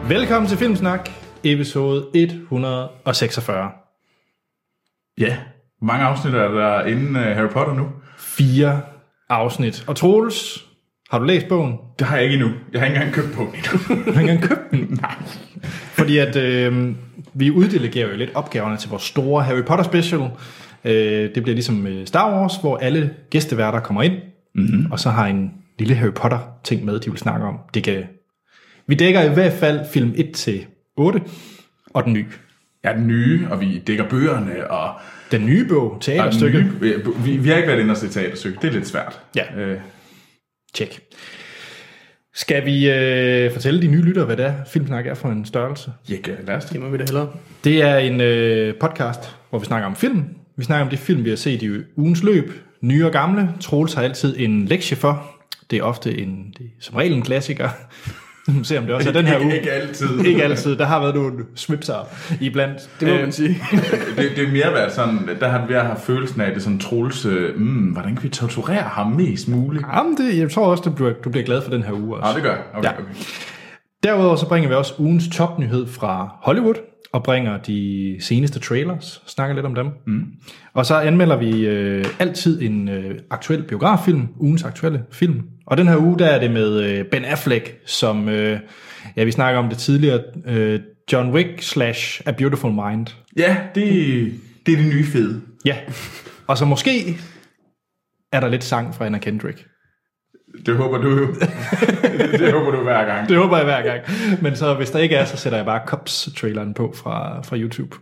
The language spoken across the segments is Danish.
Velkommen til Filmsnak, episode 146. Ja, hvor mange afsnit er der inden Harry Potter nu? 4 afsnit. Og Troels, har du læst bogen? Det har jeg ikke endnu. Jeg har ikke engang købt bogen endnu. Du har ikke engang købt den? Nej. Fordi at vi uddelegerer jo lidt opgaverne til vores store Harry Potter special. Det bliver ligesom Star Wars, hvor alle gæsteværter kommer ind, og så har en lille Harry Potter ting med, de vil snakke om. Vi dækker i hvert fald film 1-8 og den nye. Ja, den nye, og vi dækker bøgerne og... Den nye bog, teaterstykket. Vi har ikke været inde og se teaterstykket, det er lidt svært. Ja, tjek. Skal vi fortælle de nye lyttere, hvad det er, Filmsnak er for en størrelse? Ja, lad os det. Det må vi da hellere. Det er en podcast, hvor vi snakker om film. Vi snakker om de film, vi har set i ugens løb, nye og gamle. Troels har altid en lektie for. Det er ofte det er som regel en klassiker. Nu må se, om det også er den her uge. Ikke altid. Ikke altid. Der har været nogle svipser iblandt. Det må man sige. det er mere været sådan, der har vi haft følelsen af, at det er sådan Troels, hvordan kan vi torturere ham mest muligt? Jamen, jeg tror også, du bliver glad for den her uge også. Ja, det gør okay. Derudover så bringer vi også ugens topnyhed fra Hollywood, og bringer de seneste trailers, snakker lidt om dem. Og så anmelder vi altid en aktuel biograffilm, ugens aktuelle film. Og den her uge, der er det med Ben Affleck, som, vi snakker om det tidligere, John Wick / A Beautiful Mind. Ja, det er det nye fede. Ja, og så måske er der lidt sang fra Anna Kendrick. Det håber du jo. Det håber du hver gang. Det håber jeg hver gang. Men så hvis der ikke er, så sætter jeg bare Cops-traileren på fra YouTube.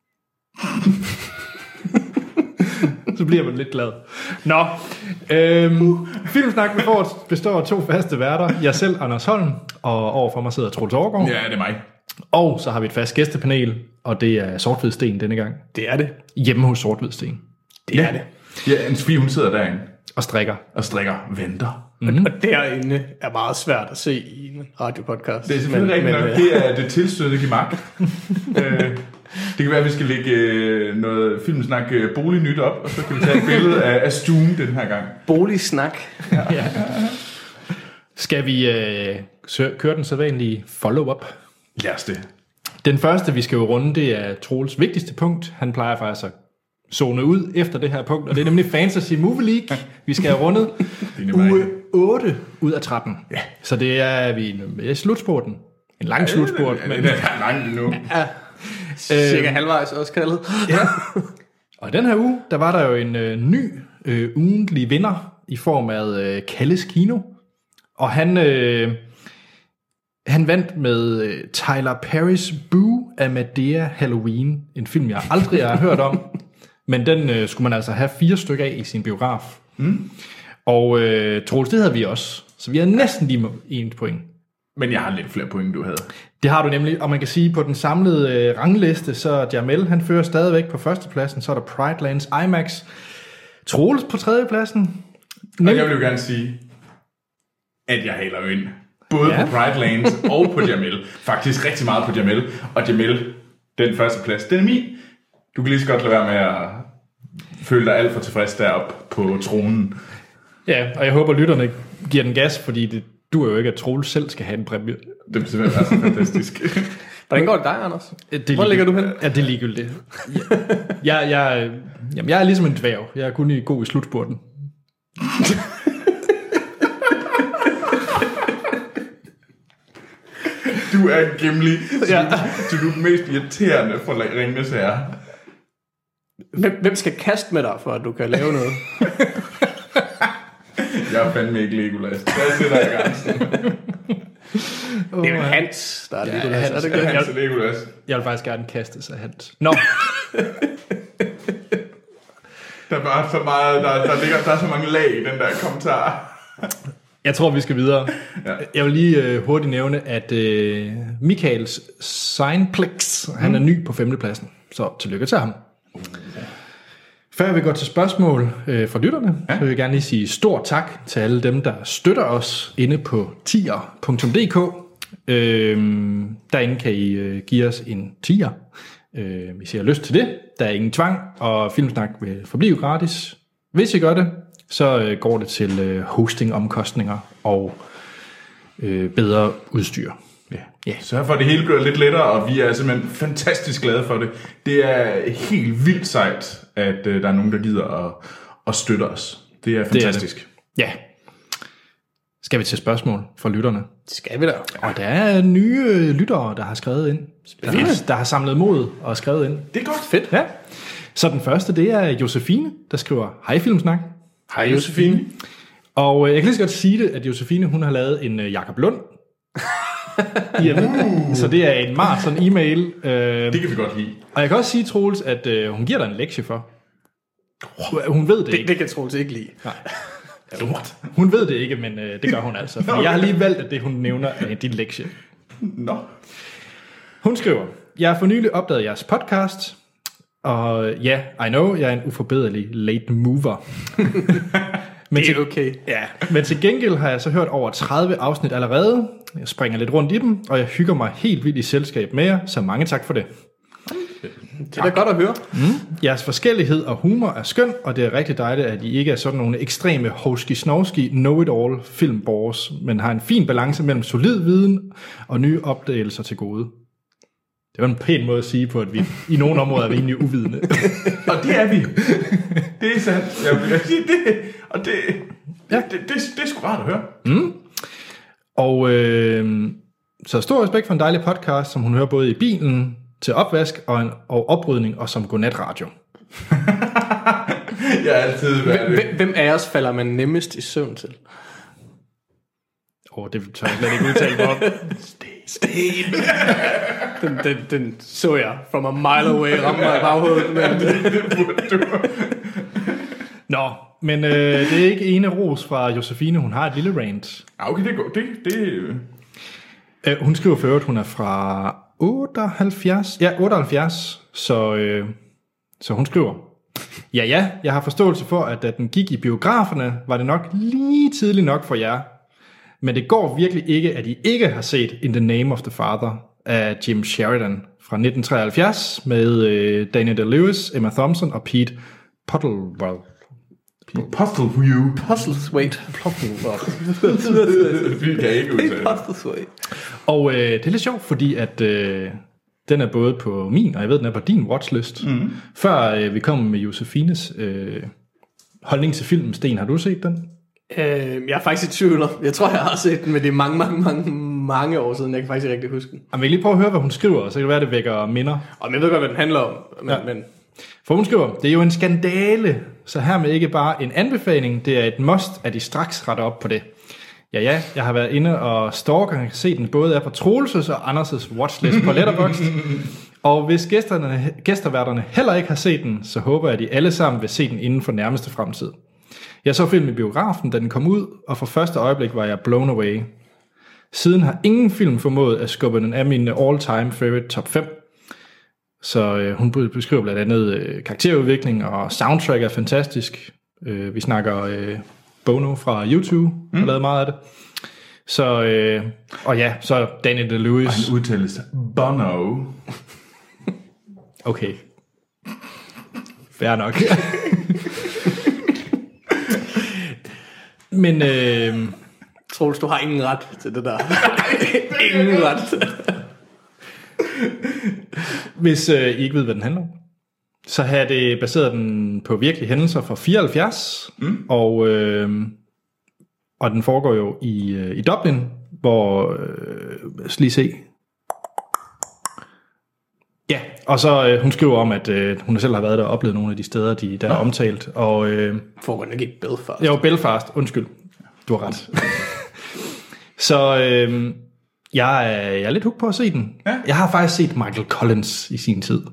Så bliver man lidt glad. Nå, Filmsnak består af 2 faste værter. Jeg selv, Anders Holm, og overfor mig sidder Troels Overgaard. Ja, det er mig. Og så har vi et fast gæstepanel, og det er Sort-Hvid Sten denne gang. Det er det. Hjemme hos Sort-Hvid Sten. Det er det. Ja, Anne-Sophie, hun sidder derinde. Og strikker. Og strikker, venter. Og derinde er meget svært at se i en radiopodcast. Det er selvfølgelig rigtigt nok. Det er det tilstødte gemak. Det kan være, at vi skal lægge noget Filmsnak bolignyt op, og så kan vi tage et billede af stuen den her gang. Boligsnak. Ja. Skal vi køre den sædvanlige follow-up? Lad os det. Den første, vi skal jo runde, det er Troels vigtigste punkt. Han plejer faktisk at zone ud efter det her punkt, og det er nemlig Fantasy Movie League. Vi skal have rundet uge 8 ud af 13. Ja. Så det er vi i slutspurten. En lang slutspurt. Men det er langt nu. Ja. Cirka halvvejs også kaldet. Ja. Og i den her uge, der var der jo en ny ugentlig vinder i form af Kalles Kino. Og han vandt med Tyler Perry's Boo af Madea Halloween. En film, jeg aldrig har hørt om. Men den skulle man altså have 4 stykker af i sin biograf. Og Troels, det havde vi også. Så vi har næsten lige 1 point. Men jeg har lidt flere point, du havde. Det har du nemlig, og man kan sige, på den samlede rangliste, så er Jamel, han fører stadigvæk på førstepladsen, så er der Pridelands IMAX. Troels på 3. pladsen. Og jeg vil jo gerne sige, at jeg haler ind. Både på Pridelands og på Jamel. Faktisk rigtig meget på Jamel. Og Jamel, den første plads, den er min. Du kan lige så godt lade være med at føle dig alt for tilfreds deroppe på tronen. Ja, og jeg håber, lytterne giver den gas, fordi du er jo ikke, at Troels selv skal have en præmie. Det vil simpelthen være så fantastisk. Hvordan går det dig, Anders? Hvor ligger du hen? Ja, det er ligegyldigt. Jeg er ligesom en dværg. Jeg er kun god i slutspurten. Du er Gimli. Så du er den mest irriterende for Ringenes Herre. Hvem skal kaste med dig, for at du kan lave noget? Jeg er fandme ikke Legolas. Der sætter jeg grænsen. Det er jo Hans, der er Legolas. Hans, er det Hans og Legolas? Jeg vil faktisk gerne kaste sig Hans. Nå. Der er bare så meget, der er så mange lag i den der kommentar. Jeg tror, vi skal videre. Ja. Jeg vil lige hurtigt nævne, at Michaels Signplex, han er ny på 5. pladsen. Så tillykke til ham. Før vi går til spørgsmål fra lytterne, så vil jeg gerne lige sige stor tak til alle dem, der støtter os inde på tier.dk. Derinde kan I give os en tier, hvis I har lyst til det. Der er ingen tvang, og Filmsnak vil forblive gratis. Hvis I gør det, så går det til hostingomkostninger og bedre udstyr. Ja. Sørg for, at det hele bliver lidt lettere, og vi er simpelthen fantastisk glade for det. Det er helt vildt sejt, at der er nogen, der gider at støtte os. Det er fantastisk. Det er det. Ja. Skal vi til spørgsmål fra lytterne? Det skal vi da. Og der er nye lyttere, der har skrevet ind. Der har samlet mod og skrevet ind. Det er godt. Fedt. Ja. Så den første, det er Josefine, der skriver, hej Filmsnak. Hej Josefine. Og jeg kan lige så godt sige det, at Josefine, hun har lavet en Jakob Lund. Så det er en maraton-e-mail. Det kan vi godt lide. Og jeg kan også sige, Troels, at hun giver dig en lektie for. Hun ved det ikke. Det kan Troels ikke lide. Nej. Hun ved det ikke, men det gør hun altså. For jeg har lige valgt, at det, hun nævner, er din lektie. Nå. Hun skriver, jeg har for nylig opdaget jeres podcast, og ja, I know, jeg er en uforbederlig late mover. Men det er okay. Ja, men til gengæld har jeg så hørt over 30 afsnit allerede. Jeg springer lidt rundt i dem, og jeg hygger mig helt vildt i selskab med jer, så mange tak for det. Det er da godt at høre. Jeres forskellighed og humor er skøn, og det er rigtig dejligt, at I ikke er sådan nogle ekstreme hovski-snovski know-it-all filmbores, men har en fin balance mellem solid viden og nye opdagelser til gode. Det var en pæn måde at sige på, at vi i nogle områder er rimelig uvidende. Og det er vi. Det er sandt. Jeg vil sige det. Og det er sgu rart at høre. Og så stor respekt for en dejlig podcast, som hun hører både i bilen, til opvask og oprydning, og som godnatradio. Jeg har altid været det. Hvem af os falder man nemmest i søvn til? Det tør jeg slet ikke udtale mig om. Sten. Den så jeg from a mile away ramme mig i baghovedet. Men Det burde du. Nå, men det er ikke ene ros fra Josefine, hun har et lille rant. Okay, det går. Hun skriver for øvrigt, hun er fra 78. Ja, 78. Så hun skriver, ja, jeg har forståelse for, at da den gik i biograferne, var det nok lige tidligt nok for jer. Men det går virkelig ikke, at I ikke har set In the Name of the Father af Jim Sheridan fra 1973 med Daniel Day-Lewis, Emma Thompson og Pete Postlethwaite. Vi kan ikke udtale. Og det er lidt sjovt, fordi at den er både på min, og jeg ved, den er på din watchlist. Før vi kom med Josefines holdning til filmen. Sten, har du set den? jeg er faktisk i tvivl. Jeg tror, jeg har set den, men det er mange år siden. Jeg kan faktisk ikke rigtig huske den. Jamen, jeg kan lige prøve at høre, hvad hun skriver, så kan det være, det vækker minder. Og jeg ved godt, hvad den handler om. Men For hun skriver, det er jo en skandale, så hermed ikke bare en anbefaling, det er et must, at I straks retter op på det. Ja, jeg har været inde og stalker, jeg kan se den både er på Troelses og Anders' watchlist på Letterboxd. Og hvis gæsterværterne heller ikke har set den, så håber jeg, at de alle sammen vil se den inden for nærmeste fremtid. Jeg så filmen i biografen, da den kom ud, og for første øjeblik var jeg blown away. Siden har ingen film formået at skubbe den af mine all-time favorite top 5. Så hun beskriver blandt andet karakterudvikling, og soundtrack er fantastisk. Vi snakker Bono fra YouTube, har lavet meget af det. Så, og ja, så Daniel Day-Lewis. Og han udtales Bono. Okay. Fair nok. Men Troels, du har ingen ret til det der. Ingen ret. Hvis I ikke ved, hvad den handler om, så har det baseret den på virkelige hændelser fra 74, og den foregår jo i Dublin, hvor lige se. Ja, og så hun skriver om, at hun selv har været der og oplevet nogle af de steder, der er omtalt. Og Foregår den ikke i Belfast? Jo, Belfast. Undskyld. Du har ret. Så jeg er lidt hooked på at se den. Ja. Jeg har faktisk set Michael Collins i sin tid.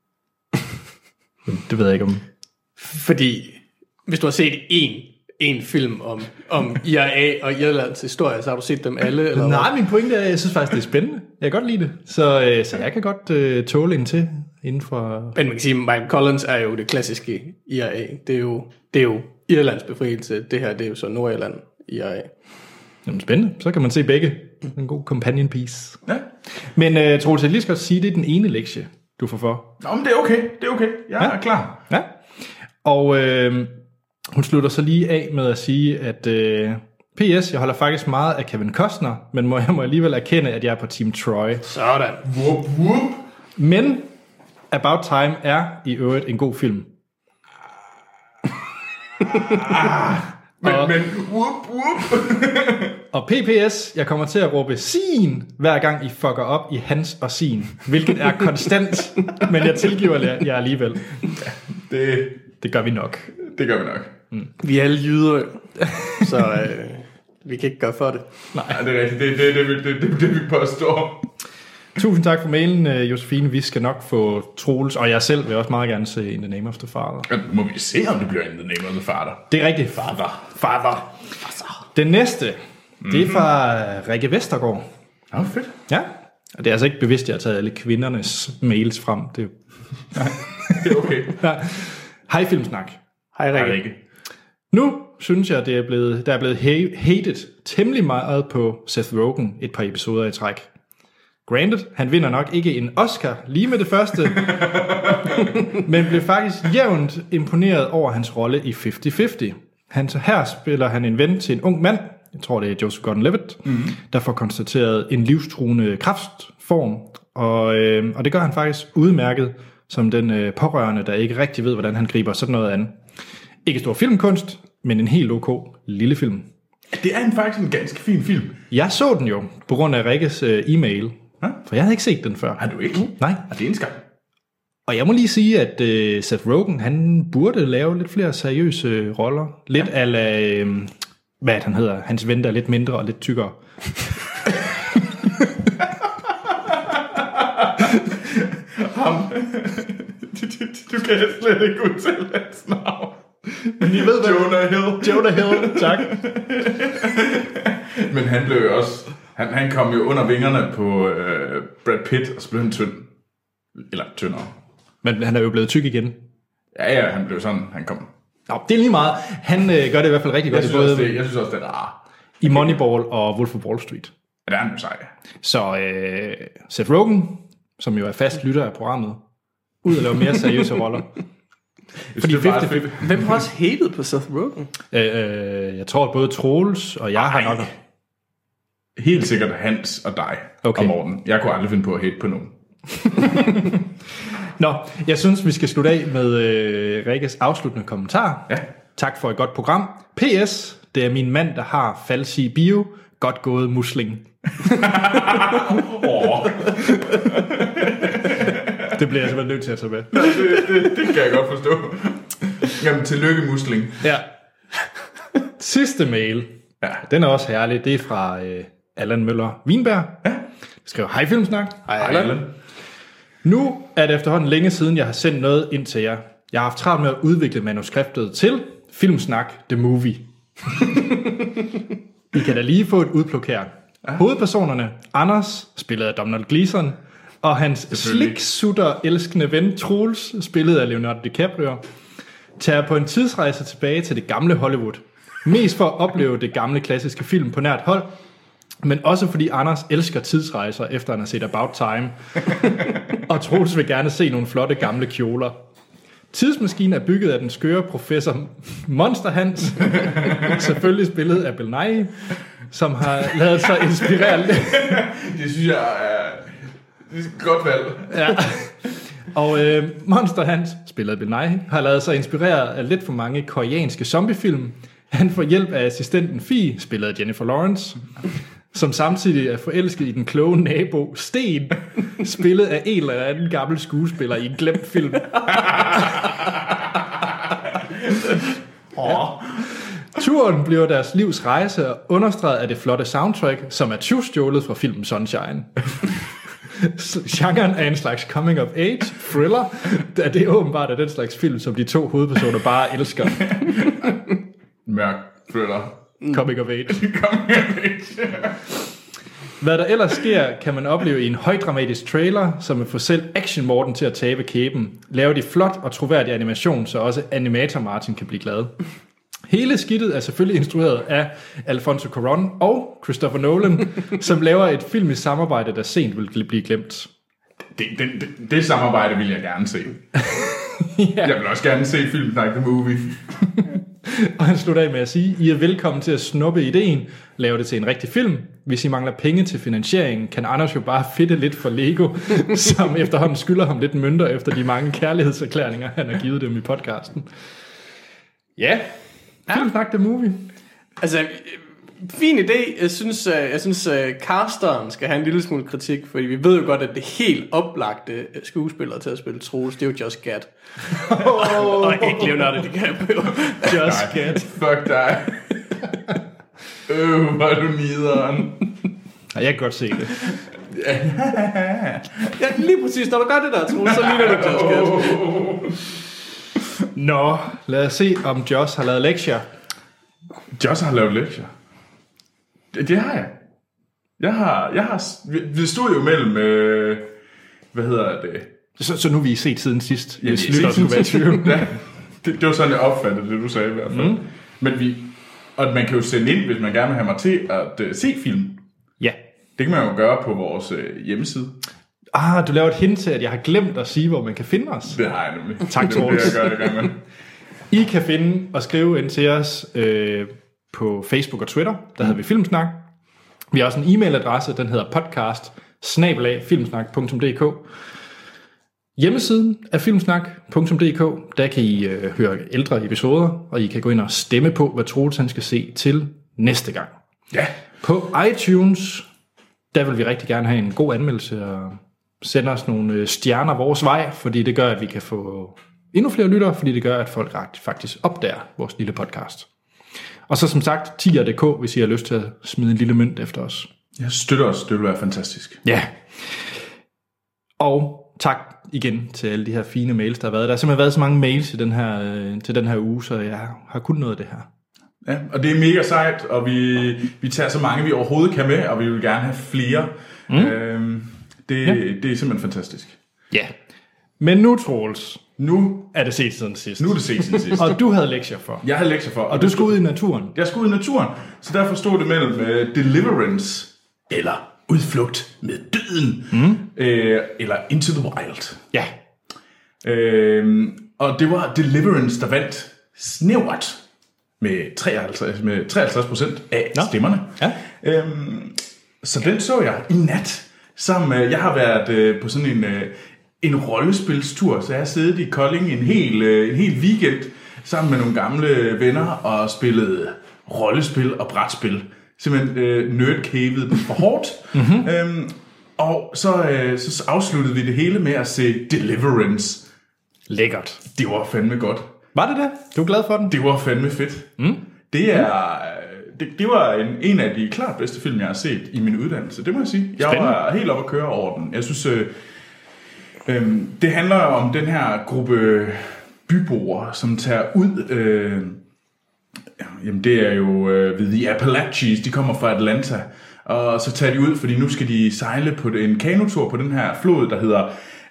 Det ved jeg ikke om. Fordi hvis du har set en film om IRA og Irlands historie, så har du set dem alle? Eller Nej, min pointe er, at jeg synes faktisk, det er spændende. Jeg kan godt lide det. Så jeg kan godt tåle en til inden for... Men man kan sige, at Michael Collins er jo det klassiske IRA. Det er jo Irlands befrielse. Det her, det er jo så Nordirland IRA. Jamen spændende. Så kan man se begge. En god companion piece. Ja. Men Troels, jeg lige skal sige, det er den ene lektie, du får for. Nå, men det er okay. Det er okay. Jeg er klar. Ja. Og hun slutter så lige af med at sige, at P.S. Jeg holder faktisk meget af Kevin Costner, men jeg må alligevel erkende, at jeg er på Team Troy. Sådan. Whoop, whoop. Men About Time er i øvrigt en god film. Men whoop, whoop. Og PPS, jeg kommer til at råbe sin, hver gang I fucker op i hans og sin, hvilket er konstant, men jeg tilgiver jer alligevel. Det gør vi nok. Det gør vi nok. Vi er alle jyder, så vi kan ikke gøre for det. Nej, det er rigtigt. Det vi påstår. Tusind tak for mailen, Josefine. Vi skal nok få Troels, og jeg selv vil også meget gerne se In the Name of the Father. Må vi se, om det bliver In the Name of the Father? Det er rigtigt. Father. Den næste, det er fra Rikke Vestergaard. Fedt. Ja, og det er altså ikke bevidst, at jeg har taget alle kvindernes mails frem. Det Det er okay. ja. Hej Filmsnak. Hej Rikke. Nu synes jeg, der er blevet hated temmelig meget på Seth Rogen et par episoder i træk. Granted, han vinder nok ikke en Oscar lige med det første, men blev faktisk jævnt imponeret over hans rolle i 50-50. Her spiller han en ven til en ung mand, jeg tror det er Joseph Gordon-Levitt, der får konstateret en livstruende kræftform, og det gør han faktisk udmærket som den pårørende, der ikke rigtig ved, hvordan han griber sådan noget an. Ikke stor filmkunst, men en helt ok lille film. Det er faktisk en ganske fin film. Jeg så den jo på grund af Rikkes e-mail, for jeg havde ikke set den før. Har du ikke? Nej. Og det er en skam. Og jeg må lige sige, at Seth Rogen, han burde lave lidt flere seriøse roller. Lidt ala, hvad han hedder, hans ven der er lidt mindre og lidt tykkere. Ham. Du kan slet ikke udtale hans navn. Men I ved, Jonah Hill. Jonah Hill, tak. Men han blev jo også... Han kom jo under vingerne på Brad Pitt, og så blev han tynd. Eller tyndere. Men han er jo blevet tyk igen. Ja, han blev sådan, han kom. Nå, det er lige meget. Han gør det i hvert fald rigtig godt. Jeg synes også, det er rart. I Moneyball og Wolf of Wall Street. Ja, det er han jo sej. Så Seth Rogen, som jo er fast lytter af programmet, ud og lave mere seriøse roller. Fordi 50-50. Hvem har også hated på Seth Rogen? Jeg tror, at både Troels og jeg har nok... Helt sikkert Hans og dig og Morten. Jeg kunne aldrig finde på at hate på nogen. Nå, jeg synes, vi skal slutte af med Rikkes afsluttende kommentar. Ja. Tak for et godt program. PS, det er min mand, der har falsi bio. Godt gået, musling. Det bliver jeg simpelthen nødt til at tage med. Det kan jeg godt forstå. Jamen, tillykke, musling. Ja. Sidste mail. Ja. Den er også herlig. Det er fra Allan Møller Winberg. Ja. Jeg skriver, hej Filmsnak. Hej Allan. Nu er det efterhånden længe siden, jeg har sendt noget ind til jer. Jeg har haft travlt med at udvikle manuskriptet til Filmsnak The Movie. I kan da lige få et udpluk her. Ja. Hovedpersonerne, Anders, spillet af Donald Gleeson, og hans sliksutter elskende ven, Troels, spillet af Leonardo DiCaprio, tager på en tidsrejse tilbage til det gamle Hollywood. Mest for at opleve det gamle klassiske film på nært hold, men også fordi Anders elsker tidsrejser, efter han har set About Time. Og Troels vil gerne se nogle flotte gamle kjoler. Tidsmaskinen er bygget af den skøre professor Monster Hans, selvfølgelig spillet af Bill Nighy, som har lavet sig inspirere. Det synes jeg er et godt valg. Ja. Og Monster Hans, spillet af Bill Nighy, har lavet sig inspirere af lidt for mange koreanske zombiefilm. Han får hjælp af assistenten Fie, spillet af Jennifer Lawrence, som samtidig er forelsket i den kloge nabo Sten, spillet af en eller anden gammel skuespiller i en glemt film. Turen bliver deres livs rejse og understreget af det flotte soundtrack, som er tyvstjålet fra filmen Sunshine. Genren er en slags coming of age thriller, da det åbenbart er den slags film, som de to hovedpersoner bare elsker. Mørk thriller. Coming of age. Hvad der ellers sker, kan man opleve i en højdramatisk trailer, som vil få selv Action Morten til at tabe kæben. Lave de flot og troværdig animation, så også animator Martin kan blive glad. Hele skidtet er selvfølgelig instrueret af Alfonso Cuarón og Christopher Nolan, som laver et filmisk samarbejde, der sent vil blive glemt. Det samarbejde vil jeg gerne se. Ja. Jeg vil også gerne se filmen like The Movie. Og han slutter af med at sige, I er velkommen til at snuppe ideen, lave det til en rigtig film. Hvis I mangler penge til finansieringen, kan Anders jo bare fedte lidt for Lego, som efterhånden skylder ham lidt mønter efter de mange kærlighedserklæringer, han har givet dem i podcasten. Ja, Filmsnak The Movie. Altså, fin idé. Jeg synes casteren skal have en lille smule kritik, fordi vi ved jo godt, at det helt oplagte skuespiller til at spille Troels, det er jo Josh Gad. Og ikke Leonardo DiCaprio. Josh Gad. Fuck dig. Hvor er du nideren. Ja, jeg kan godt se det. Ja, lige præcis. Når du gør det der, Troels, så ligner du Josh Gad. Nå, lad os se, om Josh har lavet lektier. Josh har lavet lektier. Det har jeg. Jeg har vi stod jo mellem, hvad hedder det? Så nu er vi set siden sidst. Ja, det var sådan, jeg opfattede det, du sagde i hvert fald. Men og man kan jo sende ind, hvis man gerne vil have mig til at se film. Ja. Det kan man jo gøre på vores hjemmeside. Du laver et hint til, at jeg har glemt at sige, hvor man kan finde os. Det har jeg nemlig. Tak, Troels. Det vil jeg gøre. I kan finde og skrive ind til os på Facebook og Twitter. Der hedder vi Filmsnak. Vi har også en e-mailadresse, den hedder podcast@filmsnak.dk. Hjemmesiden er filmsnak.dk. Der kan I høre ældre episoder, og I kan gå ind og stemme på, hvad Troels han skal se til næste gang. Ja. På iTunes, der vil vi rigtig gerne have en god anmeldelse og sende os nogle stjerner vores vej, fordi det gør, at vi kan få endnu flere lyttere, fordi det gør, at folk faktisk opdager vores lille podcast. Og så som sagt, tier.dk, hvis I har lyst til at smide en lille mønt efter os. Jeg støtter os, det vil være fantastisk. Ja. Og tak igen til alle de her fine mails, der har været. Der har simpelthen været så mange mails til den her uge, så jeg har kun noget af det her. Ja, og det er mega sejt, og vi tager så mange, vi overhovedet kan med, og vi vil gerne have flere. Det er simpelthen fantastisk. Ja. Men nu, Troels, nu er det set siden sidst. Nu er det set siden sidst. Og du havde lektier for. Jeg havde lektier for. Og du skulle ud i naturen. Jeg skulle ud i naturen, så derfor stod det mellem Deliverance eller Udflugt med døden, eller Into the Wild. Ja. Og det var Deliverance, der vandt snævert med 53% af stemmerne. Ja. Så den så jeg i nat. Jeg har været på sådan en rollespilstur, så jeg har siddet i Kolding en hel weekend sammen med nogle gamle venner og spillet rollespil og brætspil. Simpelthen nerdcavet for hårdt. Og så afsluttede vi det hele med at se Deliverance. Lækkert. Det var fandme godt. Var det det? Du er glad for den? Det var fandme fedt. Det var en af de klart bedste film, jeg har set i min uddannelse. Det må jeg sige. Jeg var helt oppe at køre over den. Jeg synes, det handler om den her gruppe byboere, som tager ud... Jamen det er jo ved The Appalachians, de kommer fra Atlanta, og så tager de ud, fordi nu skal de sejle på en kanotur på den her flod, der hedder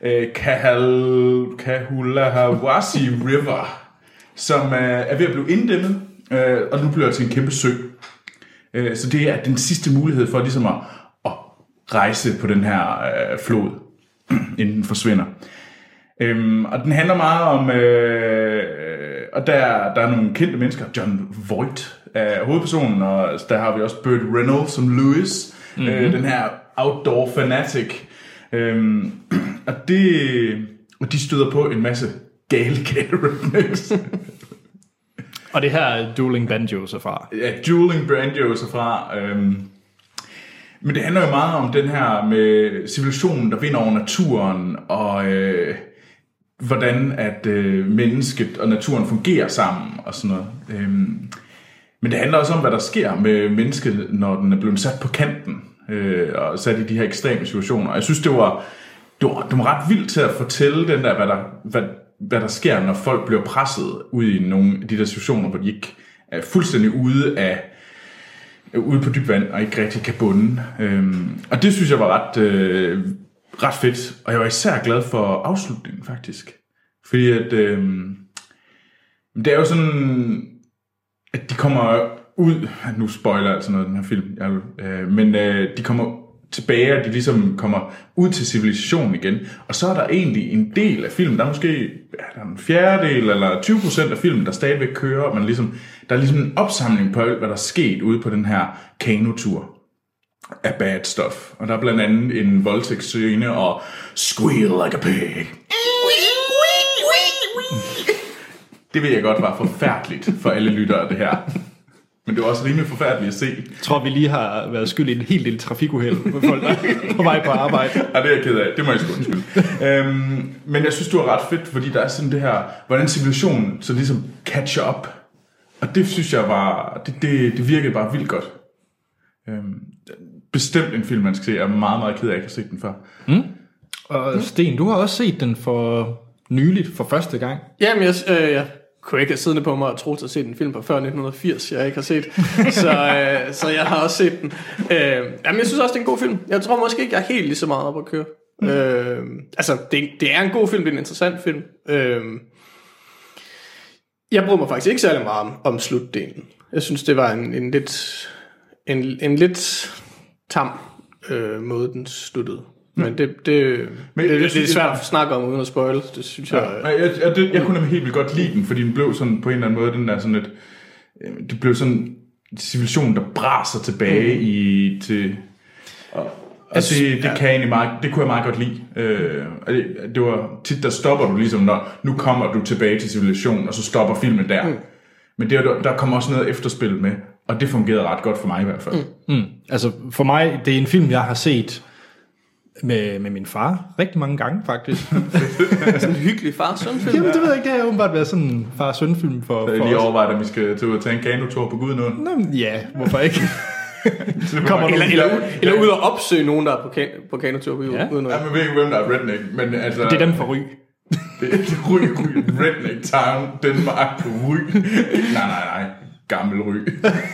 Kahulahawasi River, som er ved at blive inddæmmet, og nu bliver det til en kæmpe sø. Så det er den sidste mulighed for ligesom at rejse på den her flod, inden den forsvinder. Og den handler meget om... og der er nogle kendte mennesker. John Voight er hovedpersonen, og der har vi også Burt Reynolds som Lewis. Den her outdoor fanatic. Og de støder på en masse gale rednecks. Og det her er Dueling Banjos er fra. Ja, Dueling Banjos er fra. Men det handler jo meget om den her med civilisationen, der vinder over naturen, og... hvordan at mennesket og naturen fungerer sammen og sådan noget. Men det handler også om, hvad der sker med mennesket, når den er blevet sat på kanten og sat i de her ekstreme situationer. Og jeg synes, det var ret vildt til at fortælle den der, hvad der sker, når folk bliver presset ud i nogle af de der situationer, hvor de ikke er fuldstændig ude på dyb vand og ikke rigtig kan bunde. Og det synes jeg var ret fedt, og jeg var især glad for afslutningen faktisk. Fordi at det er jo sådan, at de kommer ud, nu spoiler altså noget den her film, men de kommer tilbage, og de ligesom kommer ud til civilisationen igen. Og så er der egentlig en del af filmen, der er måske der er en fjerdedel eller 20% af filmen, der stadigvæk kører, og der er ligesom en opsamling på alt, hvad der er sket ude på den her kanotur af bad stuff. Og der er blandt andet en voldtægtsscene og squeal like a pig. Det ved jeg godt var forfærdeligt for alle lyttere, det her. Men det var også rimelig forfærdeligt at se. Jeg tror, vi lige har været skyld i en helt lille trafikuheld med folk, der er på vej på arbejde. Ja, det er jeg ked af. Det må jeg sgu undskylde. Men jeg synes, det var ret fedt, fordi der er sådan det her, hvordan civilisationen så ligesom catcher up. Og det synes jeg var, det virkede bare vildt godt. Bestemt en film, man skal se. Jeg er meget, meget ked af, at jeg ikke har set den før. Og Sten, du har også set den for nyligt, for første gang. Jamen, jeg kunne ikke have siddende på mig og tro til at se den film på før 1980, jeg ikke har set. Så jeg har også set den. Jamen, jeg synes også, det er en god film. Jeg tror måske ikke, jeg er helt lige så meget op at køre. Altså, det er en god film, det er en interessant film. Jeg bryder mig faktisk ikke særlig meget om slutdelen. Jeg synes, det var en lidt tam måde, den sluttede. Men det er svært at snakke om uden at spoil. Det synes jeg. Jeg kunne helt vildt godt lide den, fordi den blev sådan på en eller anden måde, den der sådan et, det blev sådan en civilisation, der braser tilbage til. Og det kan jeg egentlig meget, det kunne jeg meget godt lide. Det var tit, der stopper du ligesom, når nu kommer du tilbage til civilisationen, og så stopper filmen der. Men der kommer også noget efterspil med, og det fungerede ret godt for mig i hvert fald. Altså for mig, det er en film, jeg har set med min far rigtig mange gange, faktisk. Sådan en hyggelig far-søn-film. Jamen, det ved jeg ikke. Det har åbenbart været sådan en far-søn-film for jeg lige overvejet, at vi skal til at tage en kanotur på Gud nu. Ja, hvorfor ikke? eller ud og opsøge nogen, der er på kanotur på Gud. Ja, men jeg ved ikke, hvem der er redneck. Men altså, det er dem fra Ry. Det er Ry, redneck town, Danmark, Ry. Nej. Gammel Ry.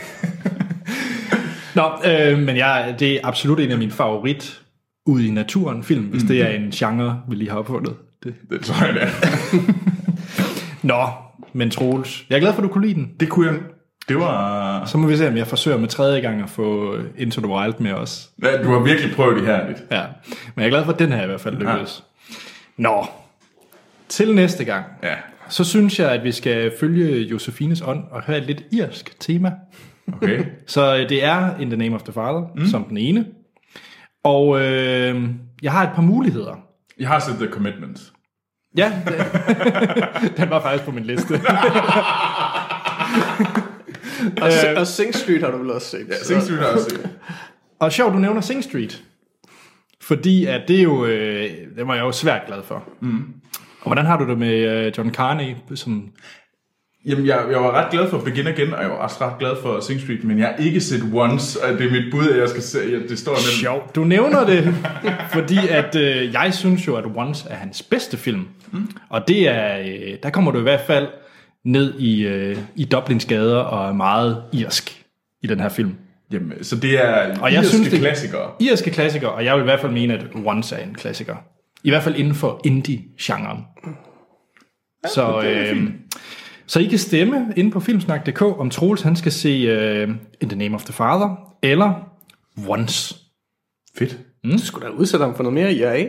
Nå, men det er absolut en af mine favorit ud i naturen film, hvis det er en genre, vi lige har opfundet. Det tror jeg, det er. Nå, men Troels, jeg er glad for, at du kunne lide den. Det kunne jeg. Det var... Så må vi se, om jeg forsøger med tredje gang at få Into the Wild med os. Ja, du har virkelig prøvet det her lidt. Ja, men jeg er glad for, at den her i hvert fald lykkedes. Ja. Nå, til næste gang, så synes jeg, at vi skal følge Josefines ånd og høre et lidt irsk tema. Okay. Så det er In the Name of the Father, som den ene. Og jeg har et par muligheder. Jeg har set The Commitment. Ja, den var faktisk på min liste. Og Sing Street har du vel også set? Ja, Sing Street har jeg også set. Og sjovt, du nævner Sing Street. Fordi at det er jo, det var jeg jo svært glad for. Og hvordan har du det med John Carney som... Jamen, jeg var ret glad for Begin Again, og jeg var også ret glad for Sing Street, men jeg har ikke set Once, og det er mit bud, at jeg skal se, at det står mellem... Sjovt, du nævner det, fordi at jeg synes jo, at Once er hans bedste film. Og det er, der kommer du i hvert fald ned i Dublins gader og er meget irsk i den her film. Jamen, så det er irske klassikere. Irske klassikere, og jeg vil i hvert fald mene, at Once er en klassiker. I hvert fald inden for indie-genren. Ja, så I kan stemme inde på filmsnak.dk, om Troels han skal se In the Name of the Father, eller Once. Fedt. Du skulle da udsætte ham for noget mere IRA.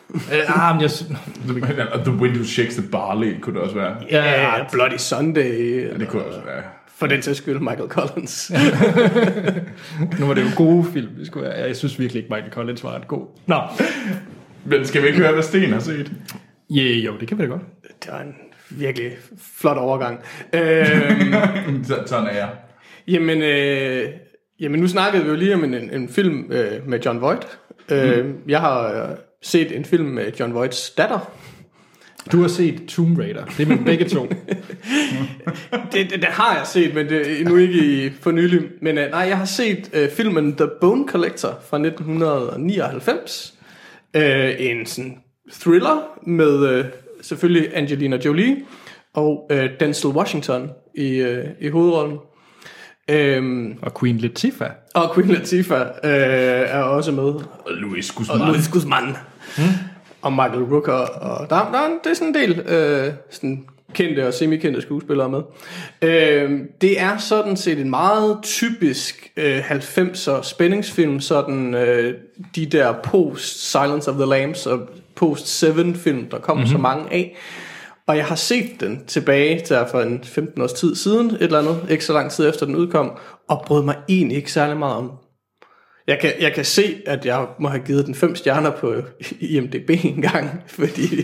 The Wind Who Shakes the Barley kunne det også være. Ja, Bloody Sunday. Ja, det kunne også være. For den til skyld, Michael Collins. Nu var det jo gode film, det skulle være. Jeg synes virkelig ikke, Michael Collins var ret god. Nå. Men skal vi ikke høre, hvad Sten har set? Jo, det kan vi da godt. Det var en virkelig flot overgang. Sådan er jeg. Jamen, nu snakkede vi jo lige om en film med Jon Voight. Jeg har set en film med Jon Voights datter. Du har set Tomb Raider. Det er med begge to. det har jeg set, men det er nu ikke for nylig. Men nej, jeg har set filmen The Bone Collector fra 1999. En sådan thriller med selvfølgelig Angelina Jolie og Denzel Washington i hovedrollen. Og Queen Latifah. Og Queen Latifah er også med. Og Louis Guzman. Og Michael Rooker. Og der det er sådan en del sådan kendte og semikendte skuespillere med. Det er sådan set en meget typisk 90'er spændingsfilm, sådan de der post-Silence of the Lambs og post-Seven-film, der kom så mange af. Og jeg har set den tilbage til for en 15 års tid siden, et eller andet, ikke så lang tid efter den udkom, og brød mig egentlig ikke særlig meget om. Jeg kan se, at jeg må have givet den 5 stjerner på IMDb engang, fordi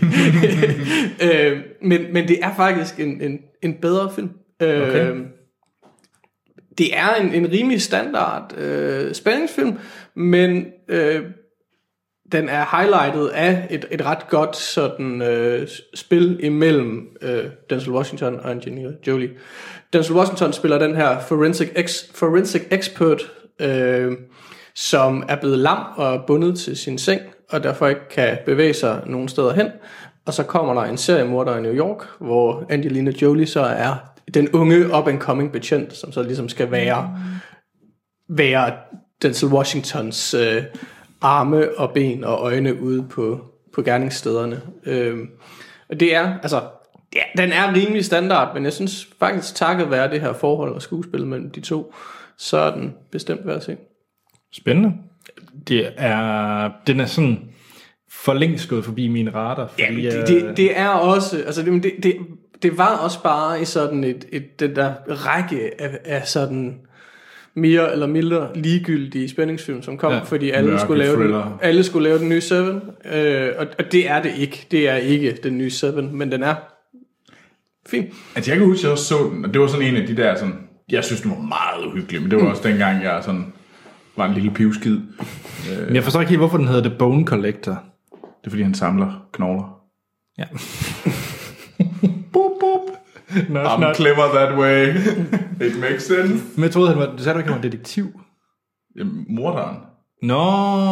men det er faktisk en bedre film. Okay. Det er en rimelig standard spændingsfilm, men den er highlightet af et ret godt sådan spil imellem Denzel Washington og Angelina Jolie. Denzel Washington spiller den her forensic expert, som er blevet lam og bundet til sin seng, og derfor ikke kan bevæge sig nogen steder hen. Og så kommer der en seriemorder i New York, hvor Angelina Jolie så er den unge up-and-coming betjent, som så ligesom skal være Denzel Washingtons arme og ben og øjne ude på gerningsstederne. Og det er, altså, den er rimelig standard, men jeg synes faktisk, takket være det her forhold og skuespil mellem de to, så er den bestemt værd at se. Spændende. Den er sådan for længst gået forbi mine radar. Fordi, det er også, altså det var også bare i sådan den der række af sådan mere eller mindre ligegyldige spændingsfilm, som kom, fordi alle skulle lave den nye Seven, og det er det ikke. Det er ikke den nye Seven, men den er fin. Altså jeg kan huske, at jeg også så den, og det var sådan en af de der sådan, jeg synes den var meget uhyggelig, men det var også dengang jeg sådan var en lille pivskid. Men jeg forstår ikke helt, hvorfor den hedder The Bone Collector. Det er fordi han samler knogler. Ja. Boop, boop. I'm clever that way. It makes sense. Men jeg troede, du sagde, han var detektiv. Jamen, morderen. Nå.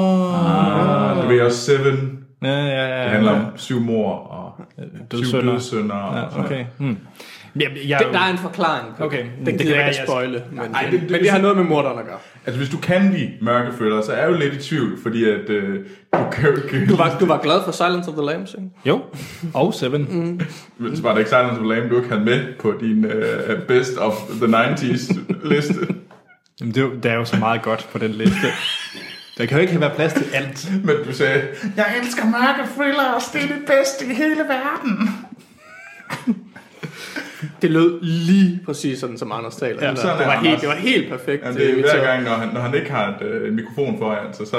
Det ved også Seven. Ja. Det handler om 7 mord og 7 dødssynder. Ja, okay. Der er en forklaring på. Okay. Den gider jeg ikke spoile. Men det har noget med morderen at gøre. Altså hvis du kan lide mørke thriller, så er jeg jo lidt i tvivl, fordi at du kan jo ikke... Du var glad for Silence of the Lambs, ikke? Jo, og Seven. Så var det ikke Silence of the Lambs, du ikke havde med på din best of the 90s liste. Jamen, det er jo så meget godt på den liste. Der kan jo ikke være plads til alt. Men du sagde, jeg elsker mørke thrillers, det er det bedste i hele verden. Det lød lige præcis sådan, som Anders taler. Ja, det var helt perfekt. Jamen, det er hver gang, når han ikke har en mikrofon foran, så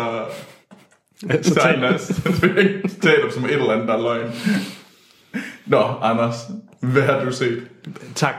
taler du som et eller andet, der er løgn. Nå, Anders, hvad har du set? Tak.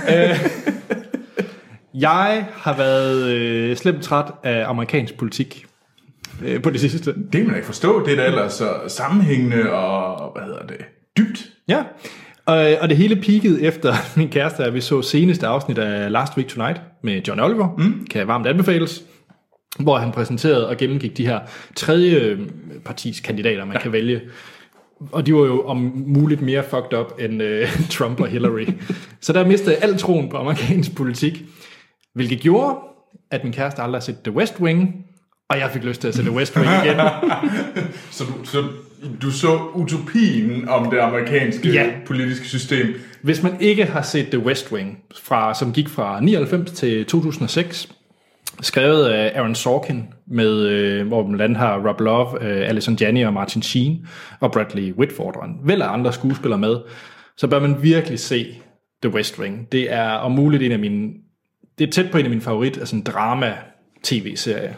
Jeg har været slemt træt af amerikansk politik på det sidste. Det kan man ikke forstå. Det er da ellers så sammenhængende og, dybt. Ja, og det hele peakede efter min kæreste, at vi så seneste afsnit af Last Week Tonight med John Oliver. Kan varmt anbefales. Hvor han præsenterede og gennemgik de her tredje partis kandidater, man kan vælge. Og de var jo om muligt mere fucked up end Trump og Hillary. Så der mistede al troen på amerikansk politik. Hvilket gjorde, at min kæreste aldrig har set The West Wing, og jeg fik lyst til at se The West Wing igen. Så du så utopien om det amerikanske politiske system. Hvis man ikke har set The West Wing, som gik fra 99 til 2006, skrevet af Aaron Sorkin, hvor blandt andet har Rob Love, Allison Janney og Martin Sheen og Bradley Whitford og en væld af andre skuespillere med, så bør man virkelig se The West Wing. Det er om muligt det er tæt på en af mine favorit, altså en drama-tv-serie.